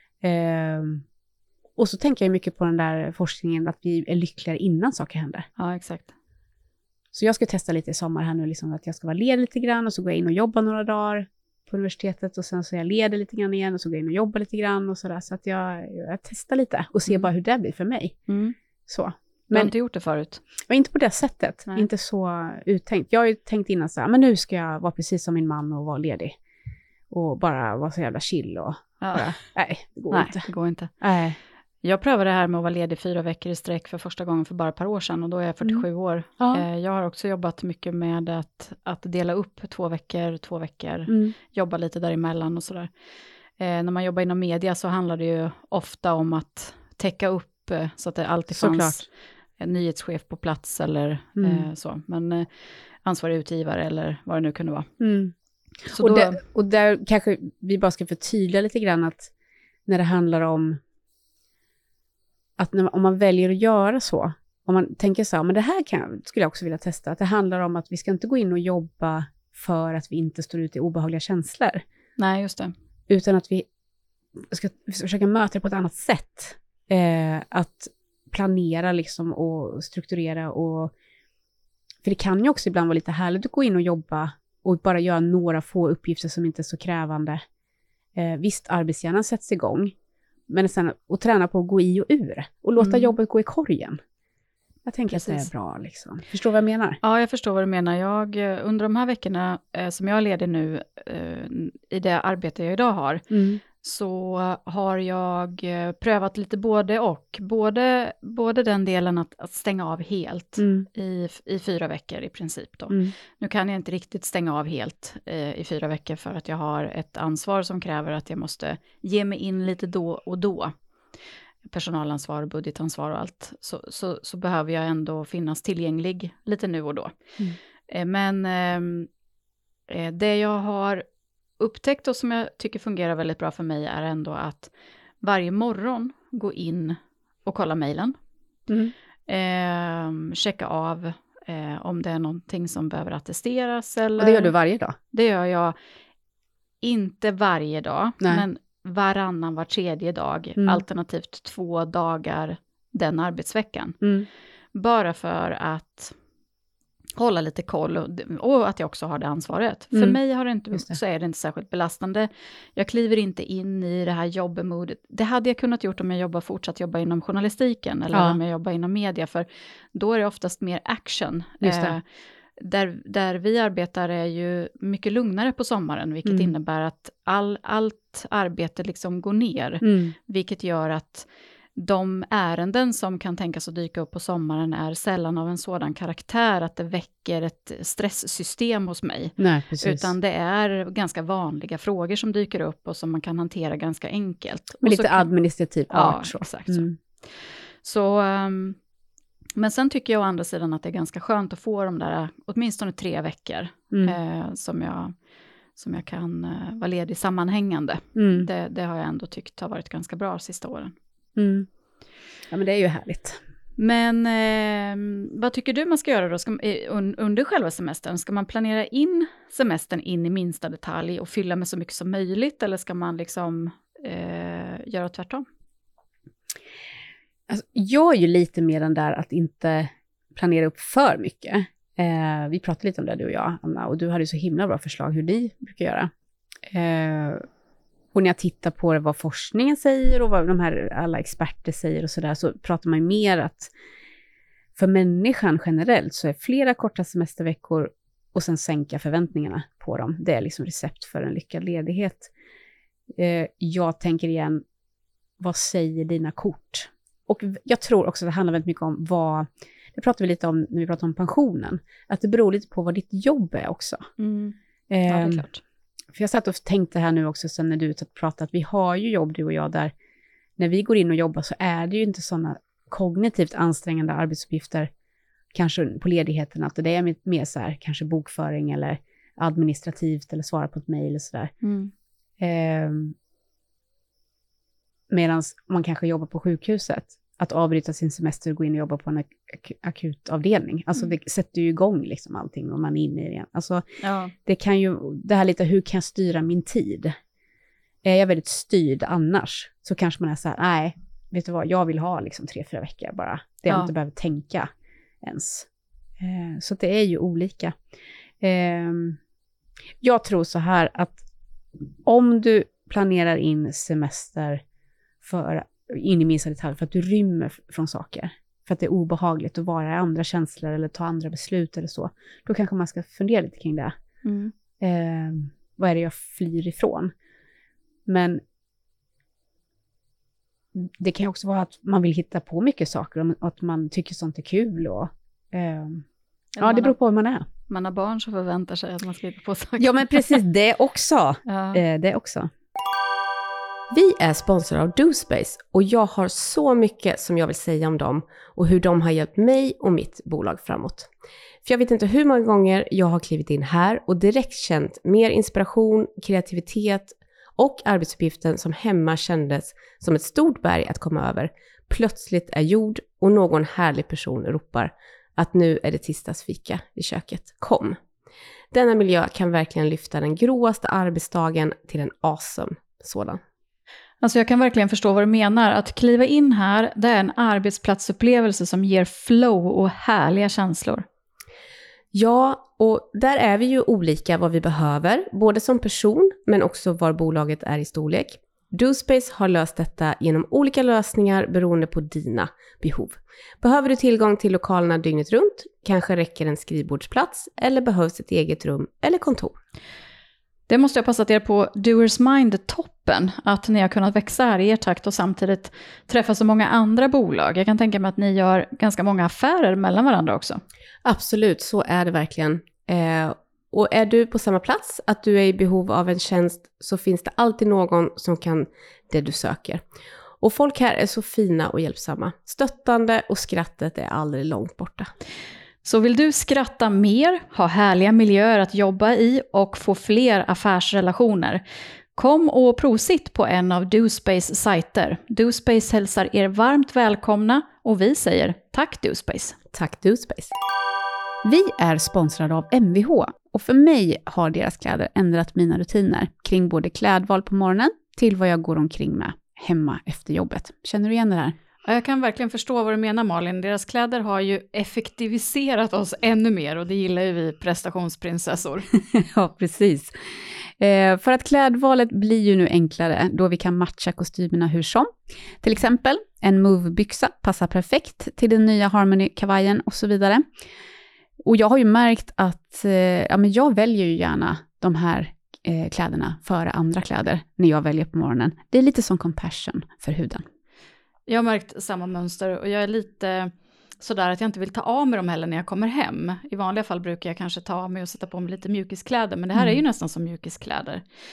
Och så tänker jag mycket på den där forskningen att vi är lyckligare innan saker händer. Ja, exakt. Så jag ska testa lite i sommar här nu, liksom att jag ska vara ledig lite grann och så går jag in och jobbar några dagar på universitetet och sen så är jag ledig lite grann igen och så går jag in och jobbar lite grann och sådär. Så att jag testar lite och ser bara hur det blir för mig. Så. Men du har inte gjort det förut? Inte på det sättet. Nej. Inte så uttänkt. Jag har ju tänkt innan så här, men nu ska jag vara precis som min man och vara ledig. Och bara vara så jävla chill och bara, nej, det går inte. Det går inte. Nej. Jag prövade det här med att vara ledig 4 veckor i sträck för första gången för bara ett par år sedan och då är jag 47 år. Ja. Jag har också jobbat mycket med att dela upp 2 veckor, jobba lite däremellan och sådär. När man jobbar inom media så handlar det ju ofta om att täcka upp så att det alltid fanns en nyhetschef på plats eller så. Men ansvarig utgivare eller vad det nu kunde vara. Så och där kanske vi bara ska förtydliga lite grann att när det handlar om att om man väljer att göra så, om man tänker så här, men det här skulle jag också vilja testa, att det handlar om att vi ska inte gå in och jobba för att vi inte står ut i obehagliga känslor. Nej, just det. Utan att vi ska försöka möta det på ett annat sätt. Att planera liksom och strukturera och för det kan ju också ibland vara lite härligt att gå in och jobba och bara göra några få uppgifter som inte är så krävande. Visst, arbetshjärnan sätts igång. Men sen att träna på att gå i och ur. Och låta jobbet gå i korgen. Jag tänker att det är bra liksom. Förstår vad jag menar? Ja, jag förstår vad du menar. Under de här veckorna som jag är ledig nu i det arbete jag idag har. Så har jag prövat lite både och. Både den delen att stänga av helt i 4 veckor i princip då. Nu kan jag inte riktigt stänga av helt i 4 veckor för att jag har ett ansvar som kräver att jag måste ge mig in lite då och då. Personalansvar, budgetansvar och allt. Så behöver jag ändå finnas tillgänglig lite nu och då. Men det jag har upptäckt och som jag tycker fungerar väldigt bra för mig är ändå att varje morgon gå in och kolla mejlen. Checka av om det är någonting som behöver attesteras. Eller... Och det gör du varje dag? Det gör jag inte varje dag, men var tredje dag, alternativt 2 dagar den arbetsveckan. Bara för att hålla lite koll och att jag också har det ansvaret. För mig så är det inte särskilt belastande. Jag kliver inte in i det här jobbmodet. Det hade jag kunnat gjort om jag fortsatt jobba inom journalistiken eller om jag jobbar inom media, för då är det oftast mer action. Där vi arbetar är ju mycket lugnare på sommaren, vilket innebär att allt arbete liksom går ner. Vilket gör att de ärenden som kan tänkas att dyka upp på sommaren är sällan av en sådan karaktär att det väcker ett stresssystem hos mig. Nej, precis. Utan det är ganska vanliga frågor som dyker upp och som man kan hantera ganska enkelt. Med lite administrativ art. Ja, exakt så. Så Men sen tycker jag å andra sidan att det är ganska skönt att få de där åtminstone 3 veckor som jag kan vara ledig sammanhängande. Det har jag ändå tyckt har varit ganska bra de sista åren. Ja, men det är ju härligt. Men vad tycker du man ska göra då under själva semestern? Ska man planera in semestern in i minsta detalj och fylla med så mycket som möjligt? Eller ska man liksom göra tvärtom? Alltså, jag är ju lite mer den där att inte planera upp för mycket. Vi pratade lite om det, du och jag, Anna, och du hade ju så himla bra förslag hur ni brukar göra. Och när jag tittar på vad forskningen säger och vad de här alla experter säger och sådär, så pratar man ju mer att för människan generellt så är flera korta semesterveckor och sen sänka förväntningarna på dem. Det är liksom recept för en lyckad ledighet. Jag tänker igen, vad säger dina kort? Och jag tror också att det handlar väldigt mycket om det pratar vi lite om när vi pratar om pensionen, att det beror lite på vad ditt jobb är också. Ja, det är klart. För jag satt och tänkte här nu också sen när du pratat, att vi har ju jobb du och jag där, när vi går in och jobbar så är det ju inte sådana kognitivt ansträngande arbetsuppgifter kanske på ledigheten, att det är mer så här, kanske bokföring eller administrativt eller svara på ett mejl och sådär. Medan man kanske jobbar på sjukhuset, att avbryta sin semester och gå in och jobba på en akutavdelning. Alltså det sätter ju igång liksom allting och man är inne i det igen. Alltså det här lite, hur kan jag styra min tid? Är jag väldigt styrd annars så kanske man är så här, nej, vet du vad, jag vill ha liksom 3-4 veckor bara. Det jag inte behöver tänka ens. Så det är ju olika. Jag tror så här att om du planerar in semester in i minsta detalj för att du rymmer från saker, för att det är obehagligt att vara i andra känslor eller ta andra beslut eller så, då kanske man ska fundera lite kring det. Vad är det jag flyr ifrån? Men det kan ju också vara att man vill hitta på mycket saker och att man tycker sånt är kul. Och, det beror på vad man är. Man har barn som förväntar sig att man ska hitta på saker. Ja, men precis, det också. Det också. Vi är sponsrade av DoSpace och jag har så mycket som jag vill säga om dem och hur de har hjälpt mig och mitt bolag framåt. För jag vet inte hur många gånger jag har klivit in här och direkt känt mer inspiration, kreativitet och arbetsuppgiften som hemma kändes som ett stort berg att komma över. Plötsligt är gjord och någon härlig person ropar att nu är det tisdagsfika i köket. Kom! Denna miljö kan verkligen lyfta den gråaste arbetsdagen till en awesome sådan. Alltså jag kan verkligen förstå vad du menar. Att kliva in här, det är en arbetsplatsupplevelse som ger flow och härliga känslor. Ja, och där är vi ju olika vad vi behöver, både som person men också var bolaget är i storlek. DoSpace har löst detta genom olika lösningar beroende på dina behov. Behöver du tillgång till lokalerna dygnet runt? Kanske räcker en skrivbordsplats eller behövs ett eget rum eller kontor? Det måste jag passa er på Doers Mind toppen, att ni har kunnat växa här i er takt och samtidigt träffa så många andra bolag. Jag kan tänka mig att ni gör ganska många affärer mellan varandra också. Absolut, så är det verkligen. Och är du på samma plats, att du är i behov av en tjänst, så finns det alltid någon som kan det du söker. Och folk här är så fina och hjälpsamma. Stöttande och skrattet är aldrig långt borta. Så vill du skratta mer, ha härliga miljöer att jobba i och få fler affärsrelationer? Kom och provsitt på en av DoSpace sajter. DoSpace hälsar er varmt välkomna och vi säger tack DoSpace. Tack DoSpace. Vi är sponsrade av MVH och för mig har deras kläder ändrat mina rutiner kring både klädval på morgonen till vad jag går omkring med hemma efter jobbet. Känner du igen det här? Ja, jag kan verkligen förstå vad du menar, Malin. Deras kläder har ju effektiviserat oss ännu mer och det gillar ju vi prestationsprinsessor. Ja, precis. För att klädvalet blir ju nu enklare då vi kan matcha kostymerna hur som. Till exempel en Move-byxa passar perfekt till den nya Harmony-kavajen och så vidare. Och jag har ju märkt att men jag väljer ju gärna de här kläderna före andra kläder när jag väljer på morgonen. Det är lite som compassion för huden. Jag har märkt samma mönster och jag är lite sådär att jag inte vill ta av mig dem heller när jag kommer hem. I vanliga fall brukar jag kanske ta av mig och sätta på mig lite mjukiskläder, men det här är ju nästan som mjukiskläder.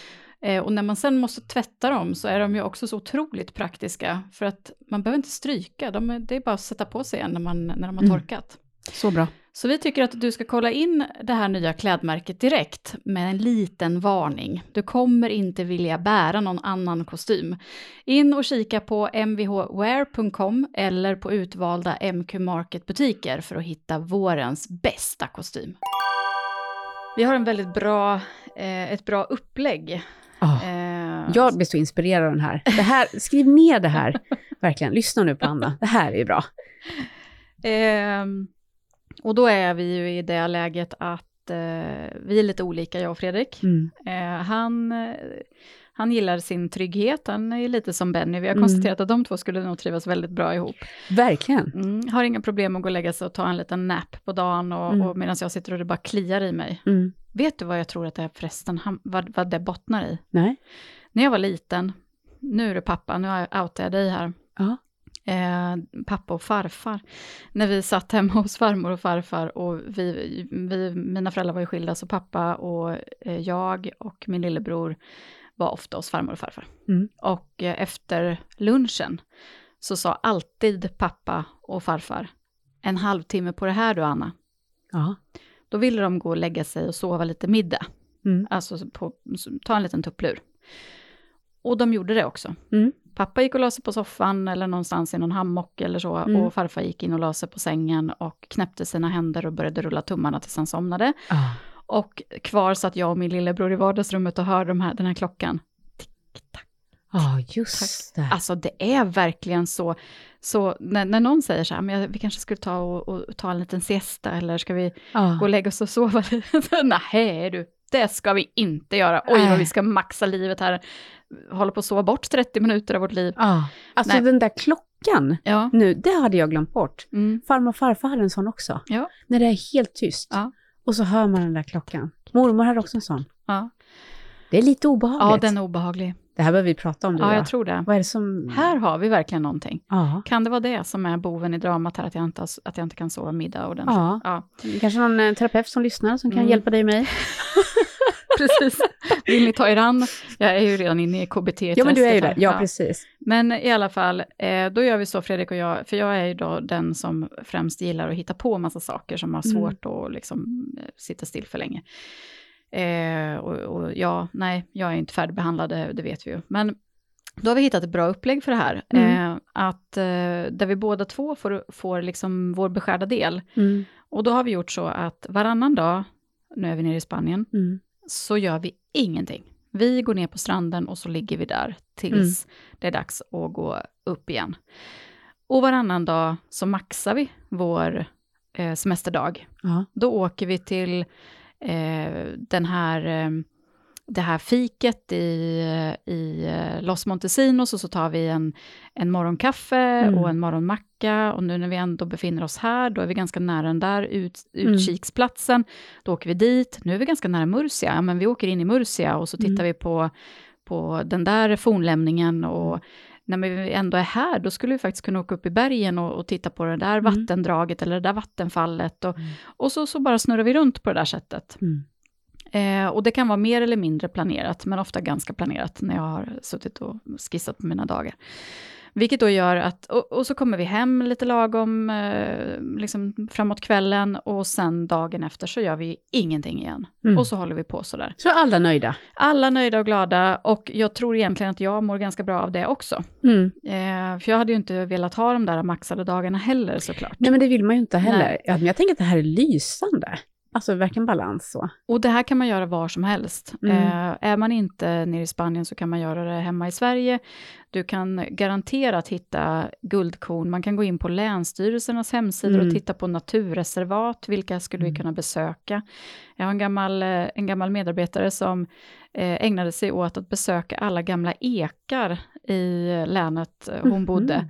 Och när man sen måste tvätta dem så är de ju också så otroligt praktiska. För att man behöver inte stryka, det är bara att sätta på sig igen när de har torkat. Så bra. Så vi tycker att du ska kolla in det här nya klädmärket direkt med en liten varning. Du kommer inte vilja bära någon annan kostym. In och kika på mvhwear.com eller på utvalda MQ Market-butiker för att hitta vårens bästa kostym. Vi har en väldigt bra, ett bra upplägg. Jag blir så inspirerad av den här. Skriv ner det här. Verkligen, lyssna nu på Anna. Det här är bra. Och då är vi ju i det läget att vi är lite olika, jag och Fredrik. Han gillar sin trygghet, han är lite som Benny. Vi har konstaterat att de två skulle nog trivas väldigt bra ihop. Verkligen. Har inga problem att gå och lägga sig och ta en liten nap på dagen och medan jag sitter och det bara kliar i mig. Vet du vad jag tror att det är förresten, vad det bottnar i? Nej. När jag var liten, nu är det pappa, nu outar jag dig här. Ja. Pappa och farfar. När vi satt hemma hos farmor och farfar och mina föräldrar var ju skilda, så pappa och jag och min lillebror var ofta hos farmor och farfar. Och efter lunchen så sa alltid pappa och farfar: en halvtimme på det här du, Anna. Ja. Då ville de gå och lägga sig och sova lite middag. Alltså ta en liten tupplur. Och de gjorde det också. Pappa gick och la sig på soffan eller någonstans i någon hammock eller så. Och farfar gick in och la sig på sängen och knäppte sina händer och började rulla tummarna tills han somnade. Och kvar satt jag och min lillebror i vardagsrummet och hörde den här klockan. Tick-tack. Just det. Alltså det är verkligen så när någon säger så här, men vi kanske skulle ta och ta en liten siesta eller ska vi gå och lägga oss och sova? Nej du, det ska vi inte göra. Oj vad vi ska maxa livet här. Hålla på att sova bort 30 minuter av vårt liv. Alltså den där klockan nu, det hade jag glömt bort. Farmor och farfar hade en sån också. Ja. När det är helt tyst. Och så hör man den där klockan. Mormor hade också en sån. Ja. Det är lite obehagligt. Ja, den är obehaglig. Det här behöver vi prata om. Ja, jag tror det. Vad är det som... Här har vi verkligen någonting. Kan det vara det som är boven i dramat här, att jag inte kan sova middag ordentligt? Ja. Kanske någon terapeut som lyssnar som kan hjälpa dig och mig. Precis. Vill ni ta er an? Jag är ju redan inne i KBT-testet. Ja, men du är ju det. Ja, precis. Men i alla fall, då gör vi så, Fredrik och jag, för jag är ju då den som främst gillar att hitta på massa saker som har svårt att liksom sitta still för länge. Jag är inte färdigbehandlad, det vet vi ju. Men då har vi hittat ett bra upplägg för det här. Där vi båda två får liksom vår beskärda del. Och då har vi gjort så att varannan dag, nu är vi nere i Spanien, så gör vi ingenting. Vi går ner på stranden och så ligger vi där tills det är dags att gå upp igen. Och varannan dag så maxar vi vår semesterdag. Då åker vi till det här fiket i Los Montesinos och så tar vi en morgonkaffe och en morgonmacka, och nu när vi ändå befinner oss här, då är vi ganska nära den där utkiksplatsen, då åker vi dit. Nu är vi ganska nära Murcia, men vi åker in i Murcia och så tittar vi på den där fornlämningen, och när vi ändå är här, då skulle vi faktiskt kunna åka upp i bergen och titta på det där vattendraget eller det där vattenfallet, och så bara snurrar vi runt på det där sättet. Och det kan vara mer eller mindre planerat, men ofta ganska planerat när jag har suttit och skissat på mina dagar. Vilket då gör att, och så kommer vi hem lite lagom liksom framåt kvällen, och sen dagen efter så gör vi ingenting igen. Och så håller vi på sådär. Så alla nöjda? Alla nöjda och glada, och jag tror egentligen att jag mår ganska bra av det också. För jag hade ju inte velat ha de där maxade dagarna heller, såklart. Nej, men det vill man ju inte heller. Ja, men jag tänker att det här är lysande. Alltså verkligen balans så. Och det här kan man göra var som helst. Är man inte nere i Spanien så kan man göra det hemma i Sverige. Du kan garanterat hitta guldkorn. Man kan gå in på länsstyrelsernas hemsidor och titta på naturreservat. Vilka skulle vi kunna besöka? Jag har en gammal medarbetare som ägnade sig åt att besöka alla gamla ekar i länet hon bodde.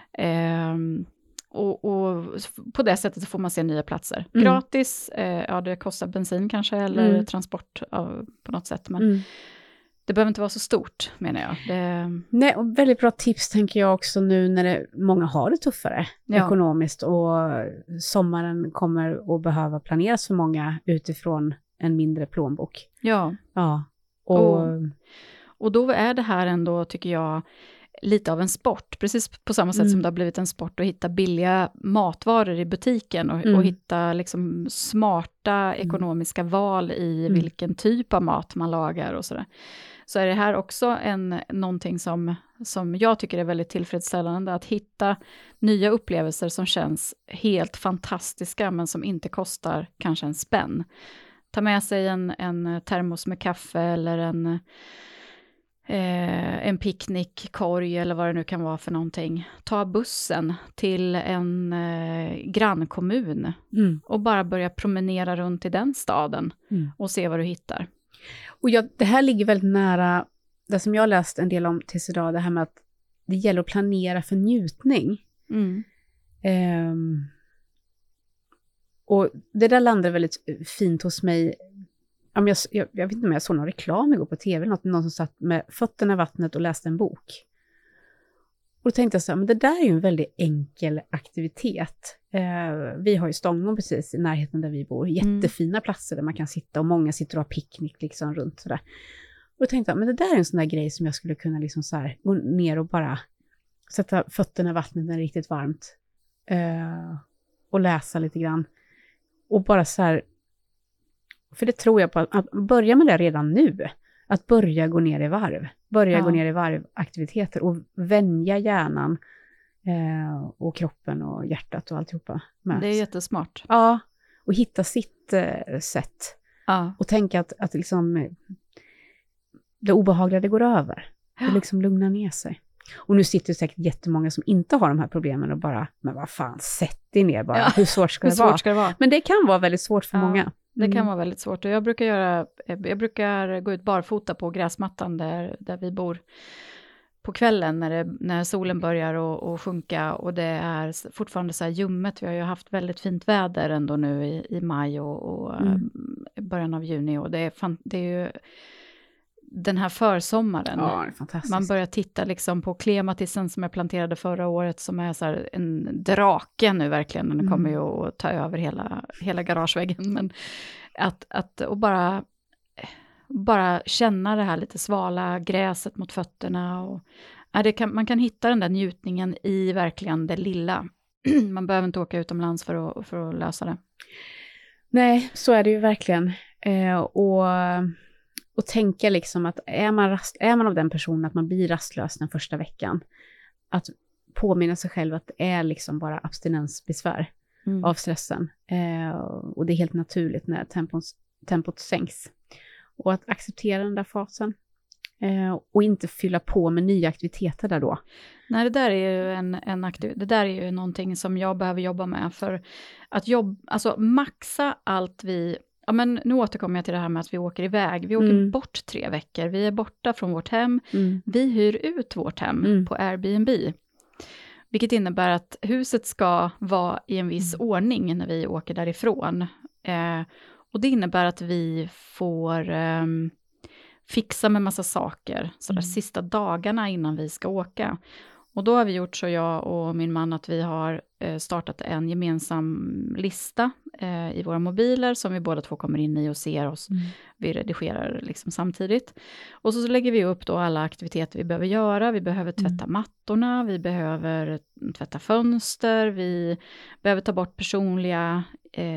Och på det sättet så får man se nya platser. Gratis, det kostar bensin kanske eller transport på något sätt. Men det behöver inte vara så stort, menar jag. Nej, och väldigt bra tips tänker jag också nu när många har det tuffare ekonomiskt. Och sommaren kommer att behöva planeras för många utifrån en mindre plånbok. Ja. Och då är det här ändå, tycker jag, lite av en sport. Precis på samma sätt som det har blivit en sport att hitta billiga matvaror i butiken och hitta liksom smarta ekonomiska val i vilken typ av mat man lagar och sådär. Så är det här också någonting som jag tycker är väldigt tillfredsställande, att hitta nya upplevelser som känns helt fantastiska men som inte kostar kanske en spänn. Ta med sig en termos med kaffe eller en picknickkorg eller vad det nu kan vara för någonting. Ta bussen till en grannkommun och bara börja promenera runt i den staden och se vad du hittar. Och det här ligger väldigt nära det som jag läst en del om tills idag, det här med att det gäller att planera för njutning. Och det där landar väldigt fint hos mig. Jag vet inte om jag såg någon reklam igår på tv, någon som satt med fötterna i vattnet och läste en bok. Och då tänkte jag så här, men det där är ju en väldigt enkel aktivitet. Vi har ju Stångån precis i närheten där vi bor. Jättefina platser där man kan sitta och många sitter och har picknick liksom runt sådär. Och då tänkte jag, men det där är en sån där grej som jag skulle kunna liksom så här, gå ner och bara sätta fötterna i vattnet när det är riktigt varmt. Och läsa lite grann. Och bara så här, för det tror jag på, att börja med det redan nu. Att börja gå ner i varv. Gå ner i varvaktiviteter och vänja hjärnan och kroppen och hjärtat och alltihopa. Det är jättesmart. Ja, och hitta sitt sätt. Ja. Och tänka att liksom, det obehagliga det går över. Det liksom lugnar ner sig. Och nu sitter säkert jättemånga som inte har de här problemen och bara, men vad fan, sätt dig ner bara. Hur svårt ska det vara? Men det kan vara väldigt svårt för många. Det kan vara väldigt svårt. Och jag brukar gå ut barfota på gräsmattan där vi bor på kvällen när solen börjar och sjunka och det är fortfarande så här ljummet. Vi har ju haft väldigt fint väder ändå nu i maj och början av juni och det är ju den här försommaren. Ja, det är fantastiskt. Man börjar titta liksom på klematisen som jag planterade förra året som är så här en drake nu verkligen. Den kommer ju att ta över hela garageväggen. Men att bara känna det här lite svala gräset mot fötterna. Och, man kan hitta den där njutningen i verkligen det lilla. Man behöver inte åka utomlands för att lösa det. Nej, så är det ju verkligen. Och tänka liksom att är man av den personen att man blir rastlös den första veckan, att påminna sig själv att det är liksom bara abstinensbesvär av stressen. Och det är helt naturligt när tempot sänks. Och att acceptera den där fasen. Och inte fylla på med nya aktiviteter där då. Nej, det där är ju det där är ju någonting som jag behöver jobba med. För att maxa allt vi... Ja, men nu återkommer jag till det här med att vi åker iväg. Vi åker bort 3 veckor. Vi är borta från vårt hem. Vi hyr ut vårt hem på Airbnb. Vilket innebär att huset ska vara i en viss ordning när vi åker därifrån. Och det innebär att vi får fixa med massa saker. Så sista dagarna innan vi ska åka. Och då har vi gjort så, jag och min man, att vi har startat en gemensam lista i våra mobiler som vi båda två kommer in i och ser oss. Vi redigerar liksom samtidigt. Och så lägger vi upp då alla aktiviteter vi behöver göra. Vi behöver tvätta mattorna, vi behöver tvätta fönster, vi behöver ta bort personliga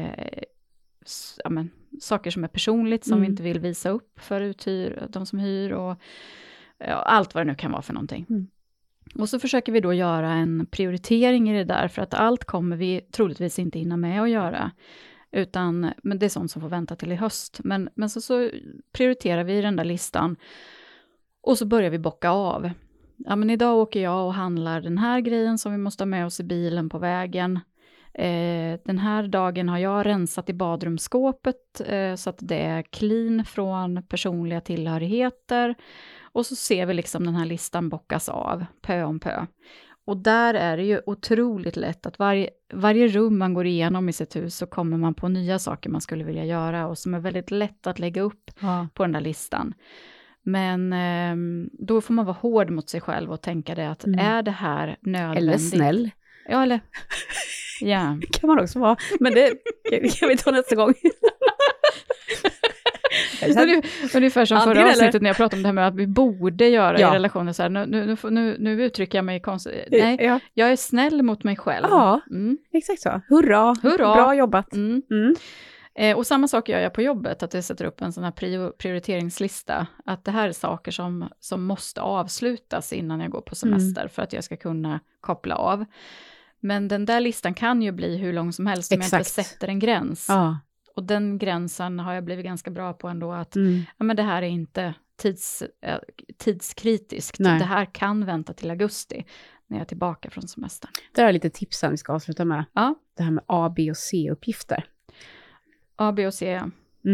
saker som är personligt som vi inte vill visa upp för de som hyr och allt vad det nu kan vara för någonting. Och så försöker vi då göra en prioritering i det där, för att allt kommer vi troligtvis inte hinna med att göra. Men det är sånt som får vänta till i höst. Men så prioriterar vi den där listan och så börjar vi bocka av. Ja, men idag åker jag och handlar den här grejen som vi måste ha med oss i bilen på vägen. Den här dagen har jag rensat i badrumsskåpet så att det är clean från personliga tillhörigheter. Och så ser vi liksom den här listan bockas av, pö om pö. Och där är det ju otroligt lätt att varje rum man går igenom i sitt hus så kommer man på nya saker man skulle vilja göra. Och som är väldigt lätt att lägga upp på den där listan. Men då får man vara hård mot sig själv och tänka det att är det här nödvändigt? Eller snäll. Ja, eller... Ja. Det kan man också vara. Men det kan vi ta nästa gång. Ungefär som förra Antingen, avsnittet när jag pratade om det här med att vi borde göra i relationer så här, nu uttrycker jag mig konstigt. Nej, jag är snäll mot mig själv. Ja, exakt så. Hurra. Bra jobbat. Och samma sak gör jag på jobbet, att jag sätter upp en sån här prioriteringslista. Att det här är saker som måste avslutas innan jag går på semester för att jag ska kunna koppla av. Men den där listan kan ju bli hur lång som helst om jag inte sätter en gräns. Ja. Och den gränsen har jag blivit ganska bra på ändå, att ja, men det här är inte tidskritiskt. Nej. Det här kan vänta till augusti när jag är tillbaka från semestern. Det är lite tips som vi ska avsluta med. Ja. Det här med A, B och C-uppgifter. A, B och C, ja.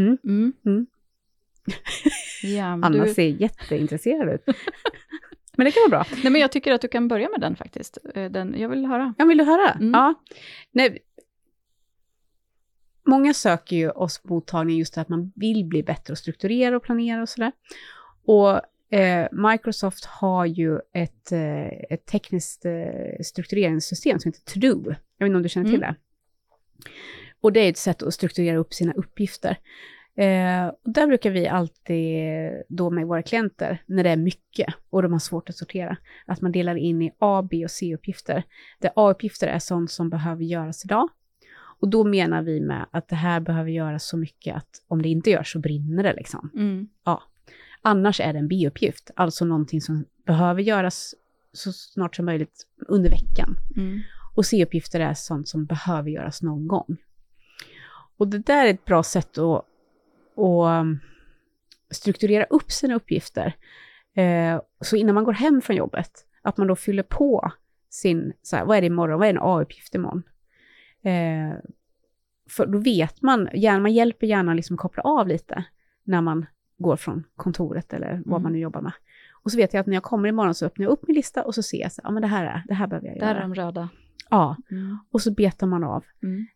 Ja, Anna ser jätteintresserad ut. Men det kan vara bra. Nej, men jag tycker att du kan börja med den faktiskt. Jag vill höra. Ja, vill du höra? Ja. Nej. Många söker ju oss på mottagningen just att man vill bli bättre och strukturera och planera och sådär. Och Microsoft har ju ett tekniskt struktureringssystem som heter To-Do. Jag vet inte om du känner till det. Och det är ett sätt att strukturera upp sina uppgifter. Och där brukar vi alltid då med våra klienter, när det är mycket och de har svårt att sortera, att man delar in i A, B och C-uppgifter. Där A-uppgifter är sånt som behöver göras idag. Och då menar vi med att det här behöver göras så mycket att om det inte görs så brinner det liksom. Ja. Annars är det en B-uppgift, alltså någonting som behöver göras så snart som möjligt under veckan. Och C-uppgifter är sånt som behöver göras någon gång. Och det där är ett bra sätt att strukturera upp sina uppgifter. Så innan man går hem från jobbet, att man då fyller på sin, så här, vad är det imorgon, vad är en A-uppgift imorgon? För då vet man hjälper gärna liksom koppla av lite när man går från kontoret eller vad man nu jobbar med. Och så vet jag att när jag kommer imorgon så öppnar jag upp min lista och så ser jag så, ja men det här behöver jag göra. Där är de röda. Ja, och så betar man av.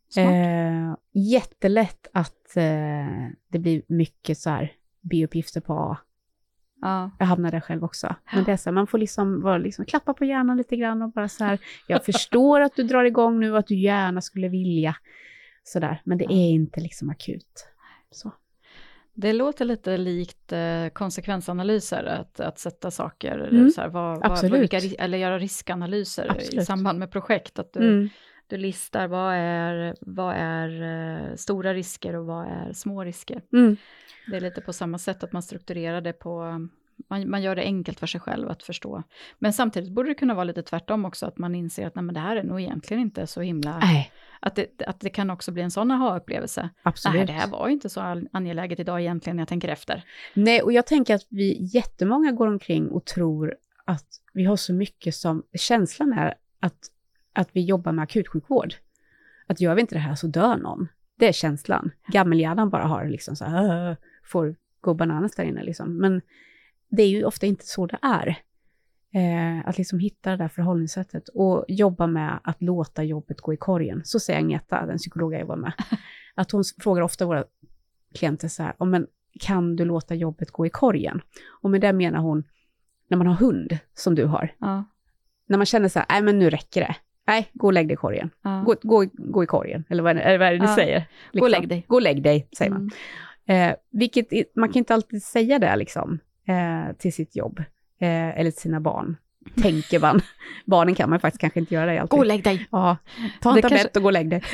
Jättelätt att det blir mycket så här B-uppgifter på A. Ja. Jag hamnar där själv också. Men det är så här, man får liksom klappa på hjärnan lite grann och bara så här, jag förstår att du drar igång nu och att du gärna skulle vilja sådär, men det är inte liksom akut. Så. Det låter lite likt konsekvensanalyser, att sätta saker, så här, eller göra riskanalyser i samband med projekt. Att du listar vad är stora risker och vad är små risker. Det är lite på samma sätt att man strukturerar det på, man gör det enkelt för sig själv att förstå. Men samtidigt borde det kunna vara lite tvärtom också, att man inser att nej, men det här är nog egentligen inte så himla... Att det kan också bli en sån aha-upplevelse. Absolut. Nej, det här var ju inte så angeläget idag egentligen när jag tänker efter. Nej, och jag tänker att vi jättemånga går omkring och tror att vi har så mycket som... Känslan är att vi jobbar med akutsjukvård. Att gör vi inte det här så dör någon. Det är känslan. Gammelhjärnan bara har liksom så här, får gå bananas där inne liksom. Men det är ju ofta inte så det är. Att liksom hitta det där förhållningssättet och jobba med att låta jobbet gå i korgen. Så säger Agneta, den psykolog jag jobbar med. Att hon frågar ofta våra klienter så här, men kan du låta jobbet gå i korgen? Och med det menar hon, när man har hund som du har. Ja. När man känner så här, nej men nu räcker det. Nej, gå och lägg dig i korgen. Ja. Gå i korgen, eller vad är det ni säger? Liksom. Gå och lägg dig. Gå och lägg dig, säger man. Vilket, man kan inte alltid säga det liksom, till sitt jobb. Eller till sina barn. Tänker man. Barnen kan man faktiskt kanske inte göra det alltid. Gå och lägg dig. Ja, ta en tablett och gå och lägg dig.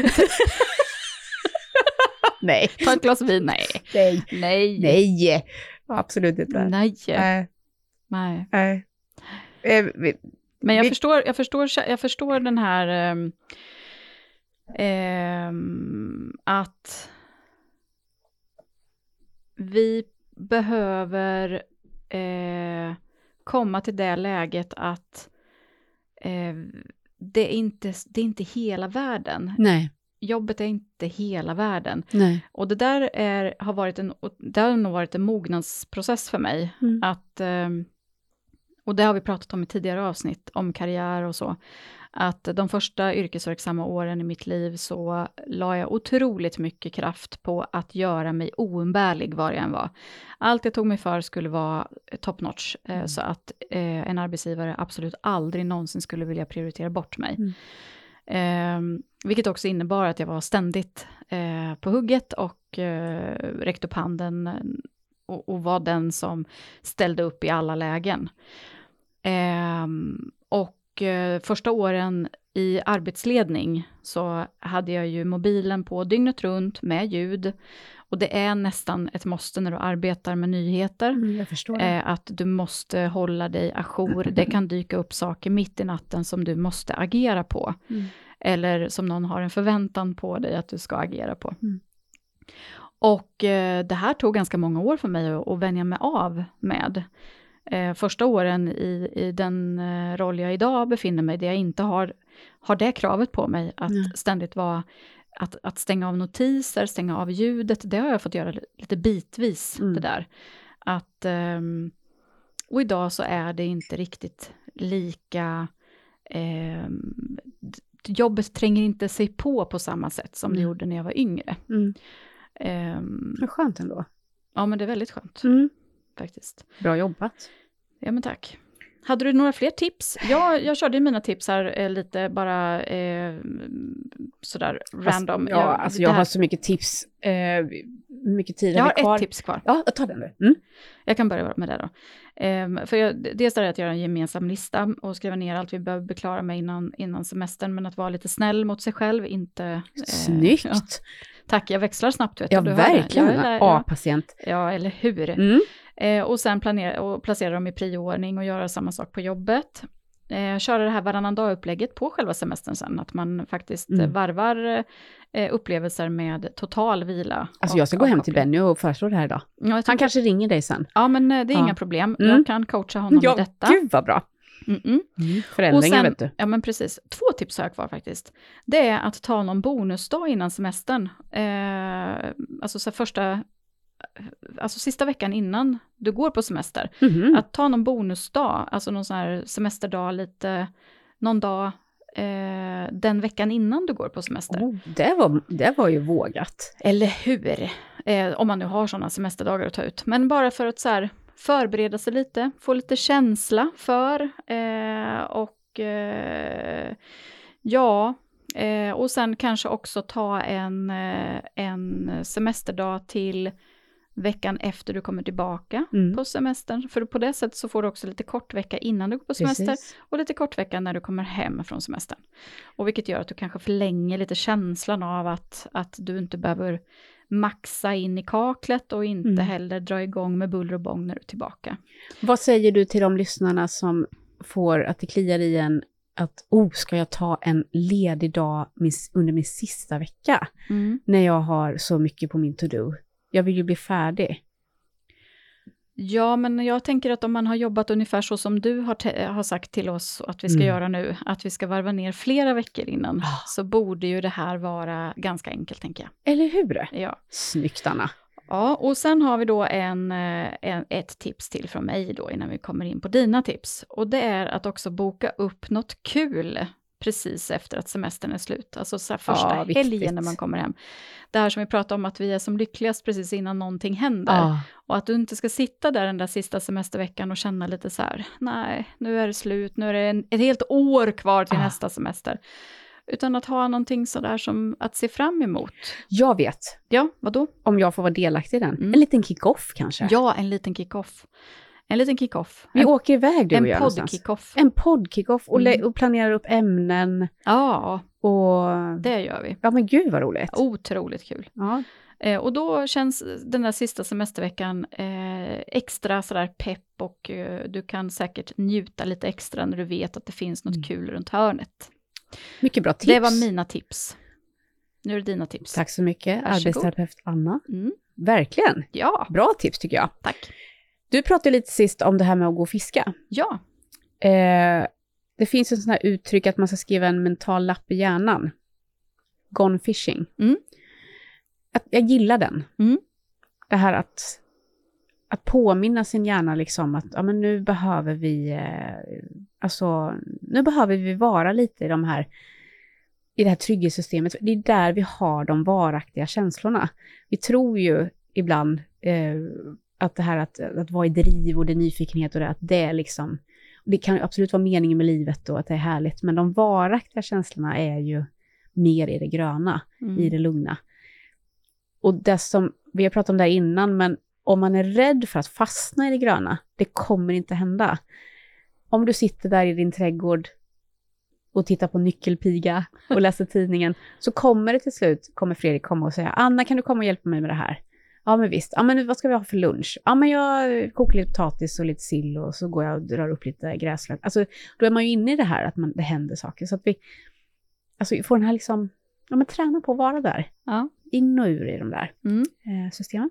Nej. Ta ett glas vin. Nej. Absolut inte. Nej. Men jag förstår den här att vi behöver komma till det läget att det är inte hela världen. Nej. Jobbet är inte hela världen. Nej. Och det där har nog varit en mognadsprocess för mig. Att, och det har vi pratat om i tidigare avsnitt, om karriär och så. Att de första yrkesverksamma åren i mitt liv så la jag otroligt mycket kraft på att göra mig oumbärlig var jag än var. Allt jag tog mig för skulle vara top notch. Så att en arbetsgivare absolut aldrig någonsin skulle vilja prioritera bort mig. Vilket också innebar att jag var ständigt på hugget och räckte upp handen och var den som ställde upp i alla lägen. Första åren i arbetsledning så hade jag ju mobilen på dygnet runt med ljud. Och det är nästan ett måste när du arbetar med nyheter. Jag förstår det. Att du måste hålla dig ajour. Det kan dyka upp saker mitt i natten som du måste agera på. Eller som någon har en förväntan på dig att du ska agera på. Och det här tog ganska många år för mig att vänja mig av med. Första åren i den roll jag idag befinner mig, där jag inte har det kravet på mig att ständigt vara, att stänga av notiser, stänga av ljudet, det har jag fått göra lite bitvis det där. Och idag så är det inte riktigt lika, jobbet tränger inte sig på samma sätt som det gjorde när jag var yngre. Vad skönt ändå. Ja, men det är väldigt skönt. Faktiskt. Bra jobbat. Ja, men tack. Hade du några fler tips? Jag körde mina tips här lite bara sådär random. Jag har så mycket tips. Mycket tid jag har kvar. Ett tips kvar. Ja, ta den nu. Jag kan börja med det då. Dels är det att göra en gemensam lista och skriva ner allt vi behöver bli klara med innan semestern. Men att vara lite snäll mot sig själv. Inte, Snyggt. Ja. Tack, jag växlar snabbt. Vet ja, du verkligen. A-patient. Ja, eller hur? Och sen placera dem i prioordning och göra samma sak på jobbet. Köra det här varannan dag-upplägget på själva semestern sen. Att man faktiskt varvar upplevelser med total vila. Alltså jag ska gå hem till Benny och föreslå det här idag. Ja, han kanske ringer dig sen. Ja, men det är inga problem. Jag kan coacha honom med detta. Gud vad bra. Förändringar, vet du. Ja, men precis. 2 tips har jag kvar faktiskt. Det är att ta någon bonusdag innan semestern. Sista veckan innan du går på semester. Att ta någon bonusdag, alltså någon sån här semesterdag, någon dag den veckan innan du går på semester. Det var ju vågat. Eller hur? Om man nu har sådana semesterdagar att ta ut. Men bara för att så här, förbereda sig lite, få lite känsla för och sen kanske också ta en semesterdag till veckan efter du kommer tillbaka på semestern. För på det sättet så får du också lite kort vecka innan du går på semester. Precis. Och lite kort vecka när du kommer hem från semestern. Och vilket gör att du kanske förlänger lite känslan av att du inte behöver maxa in i kaklet och inte heller dra igång med buller och bång när du är tillbaka. Vad säger du till de lyssnarna som får att det kliar i en att ska jag ta en ledig dag under min sista vecka när jag har så mycket på min to-do? Jag vill ju bli färdig. Ja, men jag tänker att om man har jobbat ungefär så som du har sagt till oss att vi ska göra nu, att vi ska varva ner flera veckor innan, så borde ju det här vara ganska enkelt, tänker jag. Eller hur? Ja. Snyggt, Anna. Ja, och sen har vi då ett tips till från mig då innan vi kommer in på dina tips. Och det är att också boka upp något kul precis efter att semestern är slut. Alltså så första helgen när man kommer hem. Det här som vi pratade om, att vi är som lyckligast precis innan någonting händer. Och att du inte ska sitta där den där sista semesterveckan och känna lite så här, nej, nu är det slut, nu är det ett helt år kvar till nästa semester. Utan att ha någonting sådär som att se fram emot. Jag vet. Ja, vadå? Om jag får vara delaktig i den. En liten kick-off kanske. Ja, en liten kick-off. Vi åker iväg du och jag någonstans. En podd-kick-off och planerar upp ämnen. Ja, och det gör vi. Ja, men gud vad roligt. Otroligt kul. Ja. Och då känns den där sista semesterveckan extra sådär pepp och du kan säkert njuta lite extra när du vet att det finns något kul runt hörnet. Mycket bra tips. Det var mina tips. Nu är det dina tips. Tack så mycket, varsågod. Arbetsterapeut Anna. Verkligen. Ja. Bra tips tycker jag. Tack. Du pratade lite sist om det här med att gå och fiska. Ja. Det finns ett sånt här uttryck att man ska skriva en mental lapp i hjärnan. Gone fishing. Jag gillar den. Det här att påminna sin hjärna liksom att men nu behöver vi vara lite i det här trygghetssystemet. Det är där vi har de varaktiga känslorna. Vi tror ju ibland att det här att vara i driv och det nyfikenhet och det, att det är liksom, det kan absolut vara meningen med livet och att det är härligt, men de varaktiga känslorna är ju mer i det gröna, i det lugna. Och det som, vi har pratat om det här innan, men om man är rädd för att fastna i det gröna, det kommer inte hända. Om du sitter där i din trädgård och tittar på nyckelpiga och läser tidningen, så kommer det till slut, kommer Fredrik komma och säga, Anna, kan du komma och hjälpa mig med det här? Ja, men visst. Ja, men vad ska vi ha för lunch? Ja, men jag kokar lite potatis och lite sill och så går jag och drar upp lite gräslök. Alltså, då är man ju inne i det här att det händer saker. Så att vi får den här liksom, träna på att vara där. Ja. In och ur i de där systemen.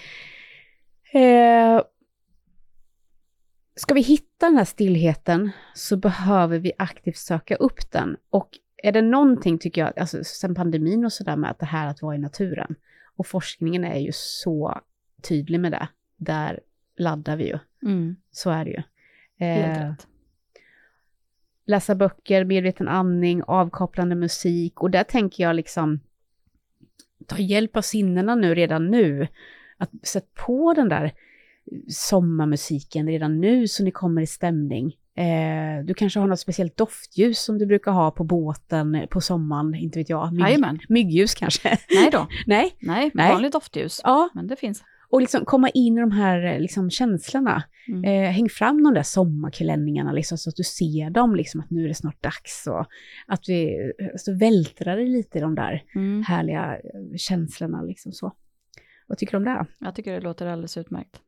Ska vi hitta den här stillheten så behöver vi aktivt söka upp den. Och är det någonting, tycker jag, alltså sen pandemin och sådär, med att det här att vara i naturen. Och forskningen är ju så tydlig med det. Där laddar vi ju. Så är det ju. Helt rätt. Läsa böcker, medveten andning, avkopplande musik. Och där tänker jag liksom, ta hjälp av sinnena redan nu. Att sätta på den där sommarmusiken redan nu så ni kommer i stämning. Du kanske har något speciellt doftljus som du brukar ha på båten på sommaren, inte vet jag. Myggljus kanske. Nej då. Nej, vanligt doftljus. Ja. Men det finns. Och liksom komma in i de här liksom känslorna. Häng fram de där sommarklänningarna liksom, så att du ser dem, liksom, att nu är det snart dags. Och att vi vältrar det lite i de där härliga känslorna. Liksom så. Vad tycker du om det? Jag tycker det låter alldeles utmärkt.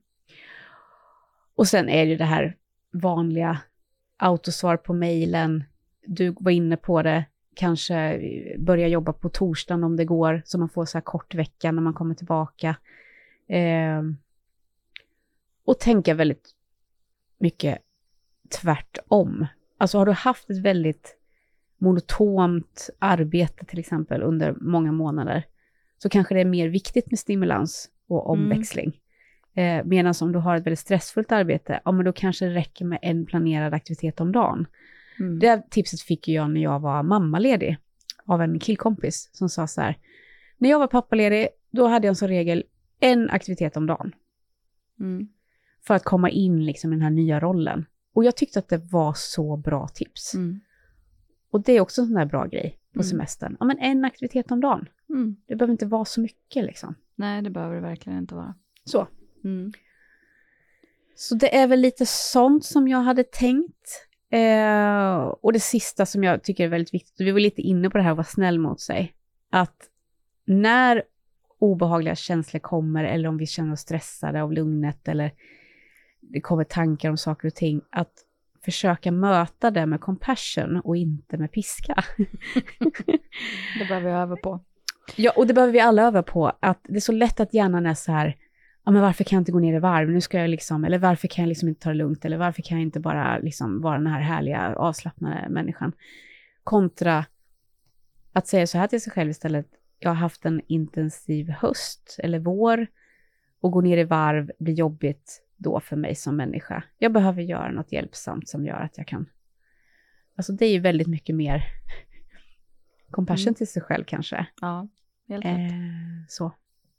Och sen är det det här vanliga autosvar på mejlen. Du var inne på det. Kanske börja jobba på torsdagen om det går. Så man får så här kort vecka när man kommer tillbaka. Och tänka väldigt mycket tvärtom. Alltså har du haft ett väldigt monotont arbete till exempel under många månader, så kanske det är mer viktigt med stimulans och omväxling. Medan om du har ett väldigt stressfullt arbete, men då kanske det räcker med en planerad aktivitet om dagen. Det här tipset fick jag när jag var mammaledig av en killkompis som sa så här: när jag var pappaledig, då hade jag som regel en aktivitet om dagen. För att komma in liksom i den här nya rollen. Och jag tyckte att det var så bra tips. Och det är också en sån där bra grej på semestern. Ja, men en aktivitet om dagen. Det behöver inte vara så mycket liksom. Nej, det behöver det verkligen inte vara. Så. Så det är väl lite sånt som jag hade tänkt. Och det sista som jag tycker är väldigt viktigt, och vi var lite inne på det här att vara snäll mot sig. Att när obehagliga känslor kommer, eller om vi känner oss stressade av lugnet, eller det kommer tankar om saker och ting, att försöka möta det med compassion och inte med piska. Det behöver vi öva på. Ja, och det behöver vi alla öva på. Att det är så lätt att hjärnan är så här, ja, men varför kan jag inte gå ner i varv? Nu ska jag liksom, eller varför kan jag liksom inte ta det lugnt? Eller varför kan jag inte bara liksom vara den här härliga, avslappnade människan? Kontra att säga så här till sig själv istället: jag har haft en intensiv höst eller vår, och gå ner i varv blir jobbigt då för mig som människa. Jag behöver göra något hjälpsamt som gör att jag kan. Alltså det är ju väldigt mycket mer compassion till sig själv kanske. Ja, helt rätt. Så.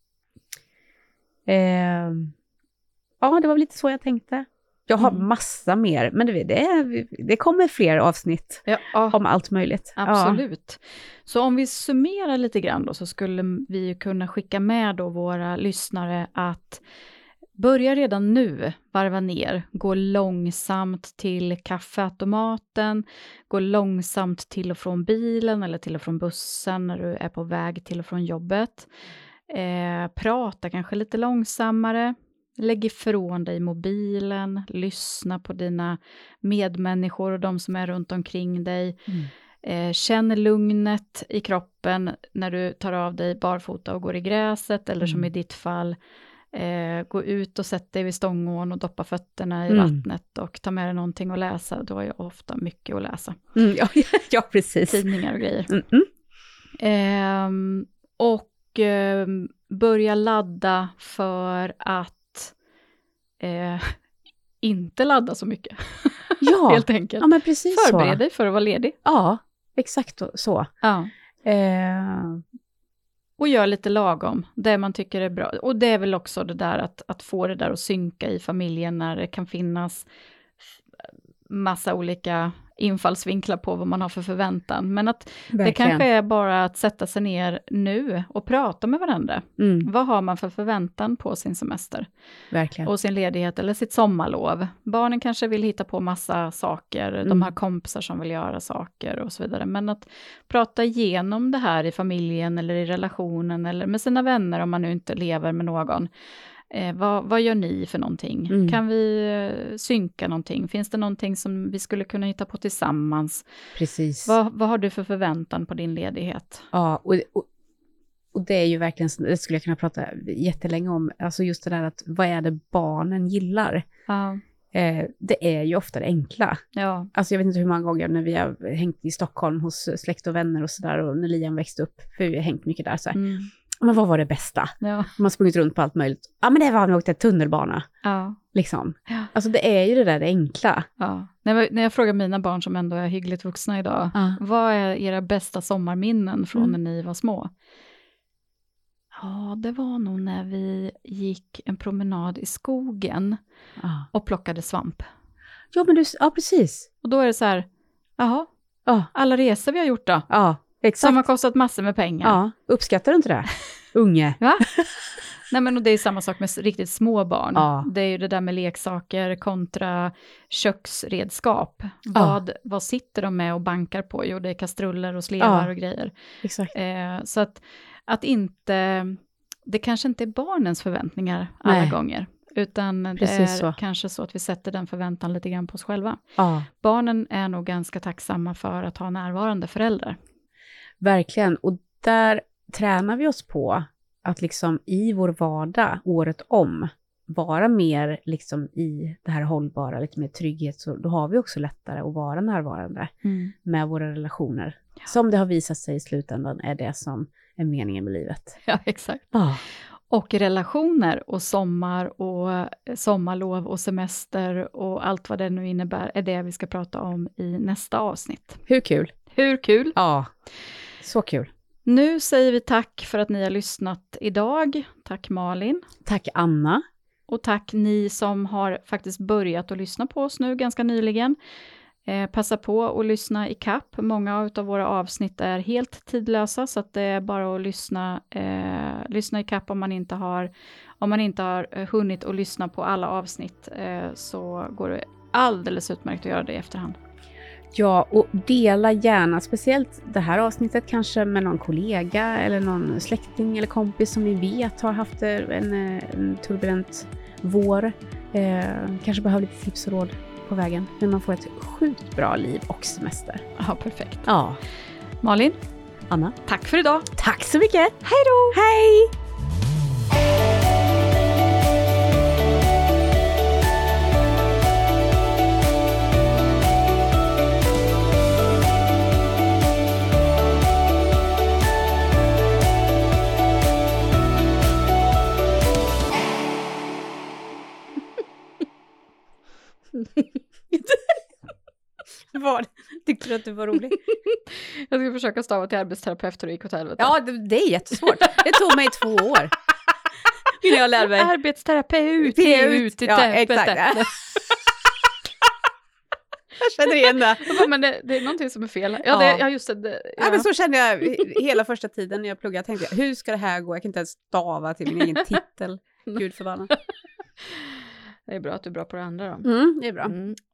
Ja, det var väl lite så jag tänkte. Jag har massa mer, men det kommer fler avsnitt om allt möjligt. Absolut. Ja. Så om vi summerar lite grann då, så skulle vi kunna skicka med då våra lyssnare att börja redan nu varva ner. Gå långsamt till kaffeautomaten, gå långsamt till och från bilen eller till och från bussen när du är på väg till och från jobbet. Prata kanske lite långsammare. Lägg ifrån dig mobilen, lyssna på dina medmänniskor och de som är runt omkring dig. Känn lugnet i kroppen när du tar av dig barfota och går i gräset, eller som i ditt fall, gå ut och sätt dig vid stångån och doppa fötterna i vattnet och ta med dig någonting att läsa. Då är jag ofta mycket att läsa. Ja, precis. Tidningar och grejer. Och börja ladda för att inte ladda så mycket. Ja, helt enkelt. Ja, men precis. Förbered dig för att vara ledig. Ja, exakt så. Ja. Och gör lite lagom, det man tycker är bra. Och det är väl också det där att få det där att synka i familjen när det kan finnas massa olika infallsvinklar på vad man har för förväntan. Men att Verkligen. det kanske är bara att sätta sig ner nu och prata med varandra. Vad har man för förväntan på sin semester? Verkligen. Och sin ledighet eller sitt sommarlov. Barnen kanske vill hitta på massa saker. De har kompisar som vill göra saker och så vidare. Men att prata igenom det här i familjen eller i relationen eller med sina vänner om man nu inte lever med någon. Vad gör ni för någonting? Kan vi synka någonting? Finns det någonting som vi skulle kunna hitta på tillsammans? Precis. Vad har du för förväntan på din ledighet? Ja, och det är ju verkligen, det skulle jag kunna prata jättelänge om, alltså just det där att vad är det barnen gillar? Ja. Det är ju ofta det enkla. Ja. Alltså jag vet inte hur många gånger när vi har hängt i Stockholm hos släkt och vänner och sådär, och när Liam växte upp, för vi har hängt mycket där så här. Men vad var det bästa? Ja. Man har sprungit runt på allt möjligt. Ja, men det var när vi åkte tunnelbana. Ja. Liksom. Ja. Alltså det är ju det där det enkla. Ja. När jag frågar mina barn som ändå är hyggligt vuxna idag, vad är era bästa sommarminnen från när ni var små? Ja, det var nog när vi gick en promenad i skogen och plockade svamp. Ja, men ja, precis. Och då är det så här, jaha, alla resor vi har gjort då? Ja, exakt. Som har kostat massor med pengar. Ja, uppskattar du inte det? Unge. Va? Nej, men och det är samma sak med riktigt små barn. Ja. Det är ju det där med leksaker kontra köksredskap. Vad sitter de med och bankar på? Jo, det är kastruller och slevar och grejer. Exakt. Så att inte, det kanske inte är barnens förväntningar alla gånger. Utan precis det är så. kanske så att vi sätter den förväntan lite grann på oss själva. Ja. Barnen är nog ganska tacksamma för att ha närvarande föräldrar. Verkligen. Och där tränar vi oss på att liksom i vår vardag, året om, vara mer liksom i det här hållbara, lite mer trygghet, så då har vi också lättare att vara närvarande med våra relationer. Ja. Som det har visat sig i slutändan är det som är meningen med livet. Ja, exakt. Och relationer och sommar och sommarlov och semester och allt vad det nu innebär är det vi ska prata om i nästa avsnitt. Hur kul? Hur kul? Ja, så kul. Nu säger vi tack för att ni har lyssnat idag. Tack Malin. Tack Anna. Och tack ni som har faktiskt börjat att lyssna på oss nu ganska nyligen. Passa på att lyssna i kapp. Många av våra avsnitt är helt tidlösa, så att det är bara att lyssna i kapp om man inte har hunnit att lyssna på alla avsnitt, så går det alldeles utmärkt att göra det i efterhand. Ja, och dela gärna, speciellt det här avsnittet kanske med någon kollega eller någon släkting eller kompis som ni vet har haft en turbulent vår. Kanske behöver lite tips och råd på vägen hur man får ett sjukt bra liv och semester. Ja, perfekt. Ja. Malin, Anna, tack för idag. Tack så mycket. Hej då! Hej! Vad? Tyckte du att du var rolig? Jag ska försöka stava till arbetsterapeuter och gick åt helvete. Ja, det är jättesvårt. Det tog mig 2 år. Innan jag lärde mig. Arbetsterapeut. Ja, exakt. Jag känner igen det. Men det är någonting som är fel. Ja, just det. Ja, men så kände jag hela första tiden när jag pluggade. Tänkte jag, hur ska det här gå? Jag kan inte ens stava till min egen titel. Gud förbannat. Det är bra att du är bra på det andra då. Det är bra.